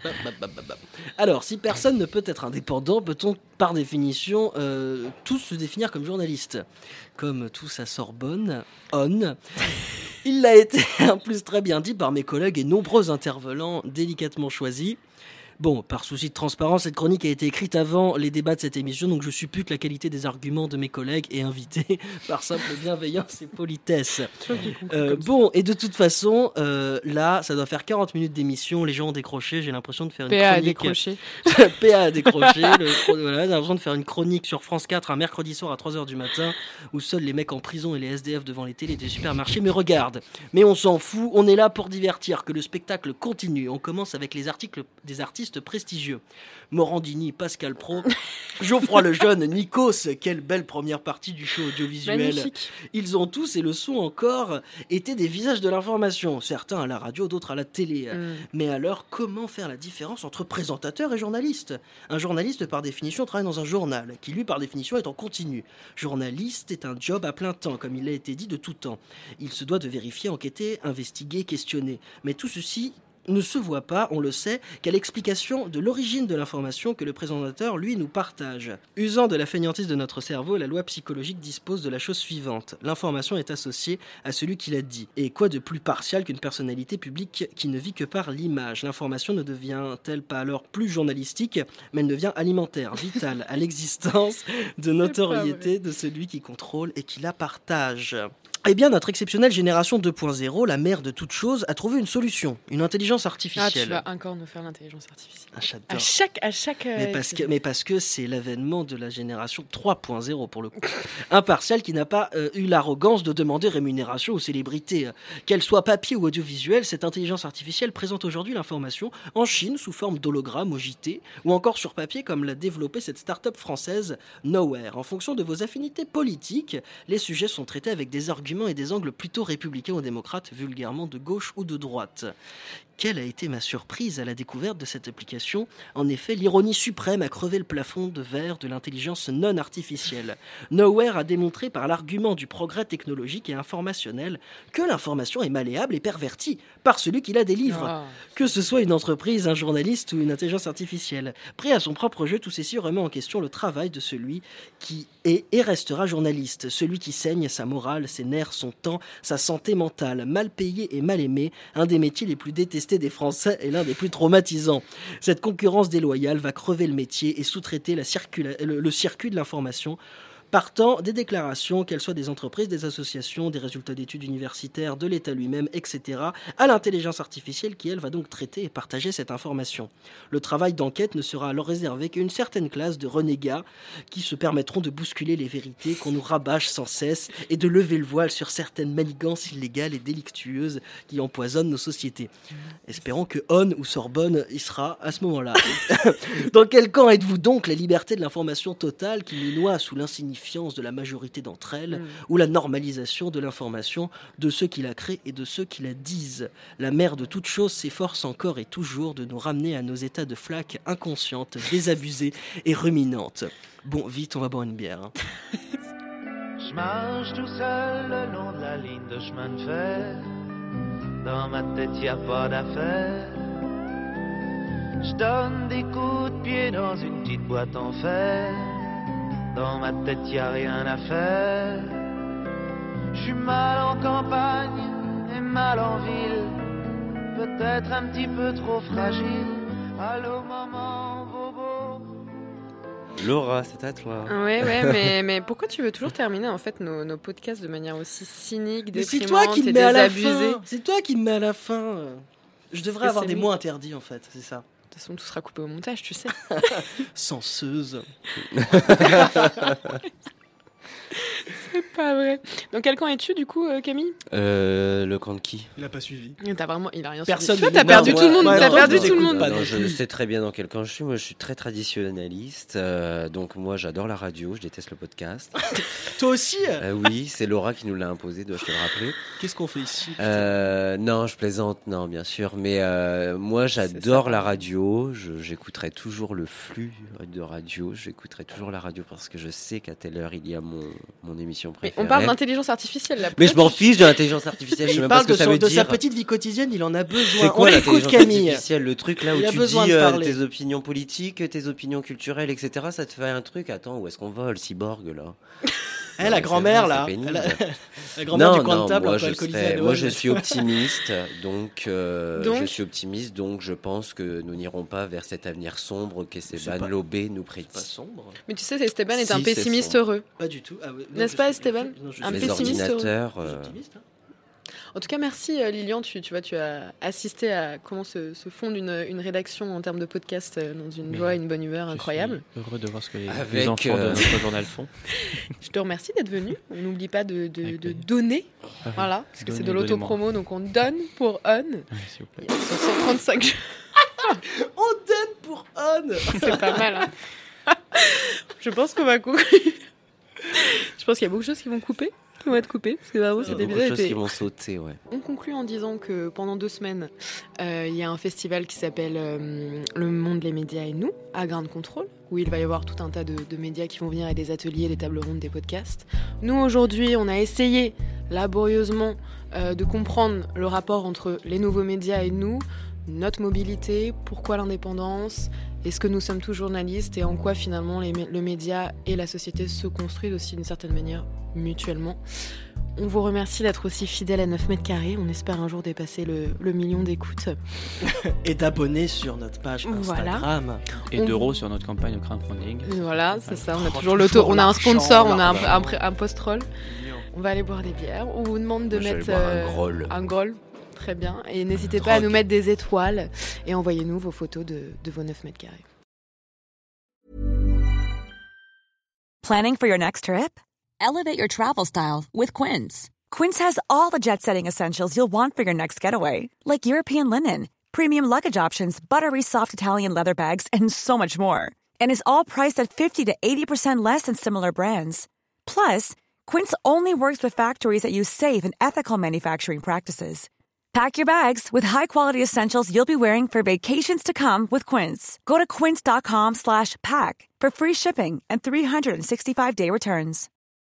Alors, si personne ne peut être indépendant, peut-on par définition euh, tous se définir comme journaliste? Comme tous à Sorbonne, on. Il l'a été en plus très bien dit par mes collègues et nombreux intervenants délicatement choisis. Bon, par souci de transparence, cette chronique a été écrite avant les débats de cette émission, donc je suppute la qualité des arguments de mes collègues et invités par simple bienveillance et politesse. Euh, bon, et de toute façon, euh, là, ça doit faire quarante minutes d'émission, les gens ont décroché, j'ai l'impression de faire une P A a chronique... décroché. P A a décroché, le, voilà, j'ai l'impression de faire une chronique sur France quatre un mercredi soir à trois heures du matin, où seuls les mecs en prison et les S D F devant les télés des supermarchés me regardent. Mais on s'en fout, on est là pour divertir, que le spectacle continue. On commence avec les articles des artistes prestigieux. Morandini, Pascal Pro, Geoffroy Lejeune, Nikos, quelle belle première partie du show audiovisuel. Magnifique. Ils ont tous, et le sont encore, été des visages de l'information, certains à la radio, d'autres à la télé. Mm. Mais alors, comment faire la différence entre présentateur et journaliste? Un journaliste, par définition, travaille dans un journal, qui lui, par définition, est en continu. Journaliste est un job à plein temps, comme il a été dit de tout temps. Il se doit de vérifier, enquêter, investiguer, questionner. Mais tout ceci ne se voit pas, on le sait, qu'à l'explication de l'origine de l'information que le présentateur, lui, nous partage. Usant de la fainéantise de notre cerveau, la loi psychologique dispose de la chose suivante. L'information est associée à celui qui l'a dit. Et quoi de plus partial qu'une personnalité publique qui ne vit que par l'image? L'information ne devient-elle pas alors plus journalistique, mais elle devient alimentaire, vitale, à l'existence de notoriété de celui qui contrôle et qui la partage? Eh bien, notre exceptionnelle génération deux point zéro, la mère de toutes choses, a trouvé une solution, une intelligence Ah, artificielle. tu vas encore nous faire l'intelligence artificielle. Ah, j'adore. À chaque, à chaque. euh, Mais parce, que, épisode. mais parce que c'est l'avènement de la génération trois point zéro pour le coup. Impartial qui n'a pas euh, eu l'arrogance de demander rémunération aux célébrités. Qu'elle soit papier ou audiovisuelle, cette intelligence artificielle présente aujourd'hui l'information en Chine sous forme d'hologramme au J T ou encore sur papier comme l'a développé cette start-up française Nowhere. En fonction de vos affinités politiques, les sujets sont traités avec des arguments et des angles plutôt républicains ou démocrates, vulgairement de gauche ou de droite. Quelle a été ma surprise à la découverte de cette application? En effet, l'ironie suprême a crevé le plafond de verre de l'intelligence non artificielle. Nowhere a démontré par l'argument du progrès technologique et informationnel que l'information est malléable et pervertie par celui qui la délivre. Ah. Que ce soit une entreprise, un journaliste ou une intelligence artificielle. Pris à son propre jeu, tout ceci remet en question le travail de celui qui est et restera journaliste. Celui qui saigne sa morale, ses nerfs, son temps, sa santé mentale. Mal payé et mal aimé, un des métiers les plus détestés des Français et l'un des plus traumatisants. Cette concurrence déloyale va crever le métier et sous-traiter la circula- le, le circuit de l'information, partant des déclarations, qu'elles soient des entreprises, des associations, des résultats d'études universitaires, de l'État lui-même, et cetera, à l'intelligence artificielle qui, elle, va donc traiter et partager cette information. Le travail d'enquête ne sera alors réservé qu'à une certaine classe de renégats qui se permettront de bousculer les vérités qu'on nous rabâche sans cesse et de lever le voile sur certaines manigances illégales et délictueuses qui empoisonnent nos sociétés. Espérons que On ou Sorbonne y sera à ce moment-là. Dans quel camp êtes-vous donc? La liberté de l'information totale qui nous noie sous l'insignifiance de la majorité d'entre elles, Mm. ou la normalisation de l'information de ceux qui la créent et de ceux qui la disent? La mère de toutes choses s'efforce encore et toujours de nous ramener à nos états de flaque inconsciente, désabusée et ruminante. Bon, vite, on va boire une bière. hein. Je marche tout seul le long de la ligne de chemin de fer. Dans ma tête y a pas d'affaire. Je donne des coups de pied dans une petite boîte en fer. Dans ma tête y a rien à faire. Je suis mal en campagne et mal en ville, peut-être un petit peu trop fragile. Allô maman, bobo. Laura, c'est à toi. Ouais, ouais, mais, mais pourquoi tu veux toujours terminer en fait nos, nos podcasts de manière aussi cynique, Mais c'est déprimante toi qui me et mets à la désabusée? fin. C'est toi qui me mets à la fin. Je devrais que avoir c'est des lui. mots interdits en fait, c'est ça. De toute façon, tout sera coupé au montage, tu sais. Senseuse. C'est pas vrai. Dans quel camp es-tu du coup, euh, Camille? Euh, le camp de qui? Il a pas suivi. T'as vraiment, il a rien Personne suivi. ne Tu vois, t'as m'écoute. perdu Non, tout le monde. ouais, T'as ouais, perdu non, tout le j'écoute monde. pas. Non, non je plus. sais très bien dans quel camp je suis. Moi, je suis très traditionnaliste. euh, donc, moi, j'adore la radio. Je déteste le podcast. Toi aussi Euh, oui, c'est Laura qui nous l'a imposé, dois-je te le rappeler. Qu'est-ce qu'on fait ici Euh, non, je plaisante, non, bien sûr. Mais euh, moi, j'adore la radio. Je- j'écouterai toujours le flux de radio. J'écouterai toujours la radio parce que je sais qu'à telle heure, il y a mon, mon émission Mais préférée. on parle d'intelligence artificielle là. Mais je m'en fiche de l'intelligence artificielle. Je sais Il même pas parle ce que de, ça son- veut de dire. sa petite vie quotidienne, il en a besoin. C'est quoi On écoute l'intelligence Camille. artificielle? Le truc là où Il a tu besoin dis de euh, parler. tes opinions politiques, tes opinions culturelles, et cetera. Ça te fait un truc. Attends, où est-ce qu'on va, le cyborg là? Eh, Ouais, la c'est grand-mère vrai, là. c'est pénible. Elle a- La grand-mère Non, du coin non, de table, moi un peu je, alcoolisée serais- à Noël. moi je suis optimiste, donc, euh, Donc je suis optimiste, donc je pense que nous n'irons pas vers cet avenir sombre qu'Esteban pas- Lobé nous Pas prédit. sombre. Mais tu sais, Esteban est Si, un c'est pessimiste sombre. heureux. Pas du tout. Ah, ouais, non, N'est-ce je pas, suis- Esteban non, je Un suis- Les pessimiste heureux. ordinateurs. je suis euh, optimiste, hein. En tout cas, merci euh, Lilian. Tu, tu vois, tu as assisté à comment se, se fonde une, une rédaction en termes de podcast euh, dans une Mais joie et une bonne humeur Je incroyable. suis heureux de voir ce que les, Avec, les enfants euh, de notre journal font. Je te remercie d'être venu. On n'oublie pas de, de, Avec de plaisir. donner. Ah oui. Voilà, parce que c'est de Donnez, l'autopromo, donc on donne pour on. donnez-moi. Ouais, s'il vous plaît. Il y a cent trente-cinq jeux. On donne pour On. C'est pas mal. Hein. Je pense qu'on va couper. Je pense qu'il y a beaucoup de choses qui vont couper. Qui vont être coupées. Parce que vraiment, Il y a cet beaucoup de épisode choses était... qui vont sauter, ouais. On conclut en disant que pendant deux semaines, euh, il y a un festival qui s'appelle euh, Le Monde, les médias et nous, à Ground Control, où il va y avoir tout un tas de, de médias qui vont venir et des ateliers, des tables rondes, des podcasts. Nous, aujourd'hui, on a essayé laborieusement euh, de comprendre le rapport entre les nouveaux médias et nous, notre mobilité, pourquoi l'indépendance, est-ce que nous sommes tous journalistes et en quoi finalement les, le média et la société se construisent aussi d'une certaine manière mutuellement. On vous remercie d'être aussi fidèle à neuf mètres carrés. On espère un jour dépasser le, le million d'écoutes. Et d'abonner sur notre page Voilà. Instagram. Et On- d'euros sur notre campagne au crowdfunding. Voilà, c'est ça. On a Oh, toujours l'auto. On a un l'argent, sponsor, on a un, l'argent. un, un post-roll. On va aller boire des bières. On vous demande de Moi, je vais mettre aller boire un euh, groll. un groll. Très bien. Et n'hésitez pas à nous mettre des étoiles et envoyez-nous vos photos de, de vos neuf mètres carrés. Planning for your next trip? Elevate your travel style with Quince. Quince has all the jet-setting essentials you'll want for your next getaway, like European linen, premium luggage options, buttery soft Italian leather bags, and so much more. And is all priced at fifty to eighty percent less than similar brands. Plus, Quince only works with factories that use safe and ethical manufacturing practices. Pack your bags with high-quality essentials you'll be wearing for vacations to come with Quince. Go to quince.com slash pack for free shipping and three sixty-five day returns.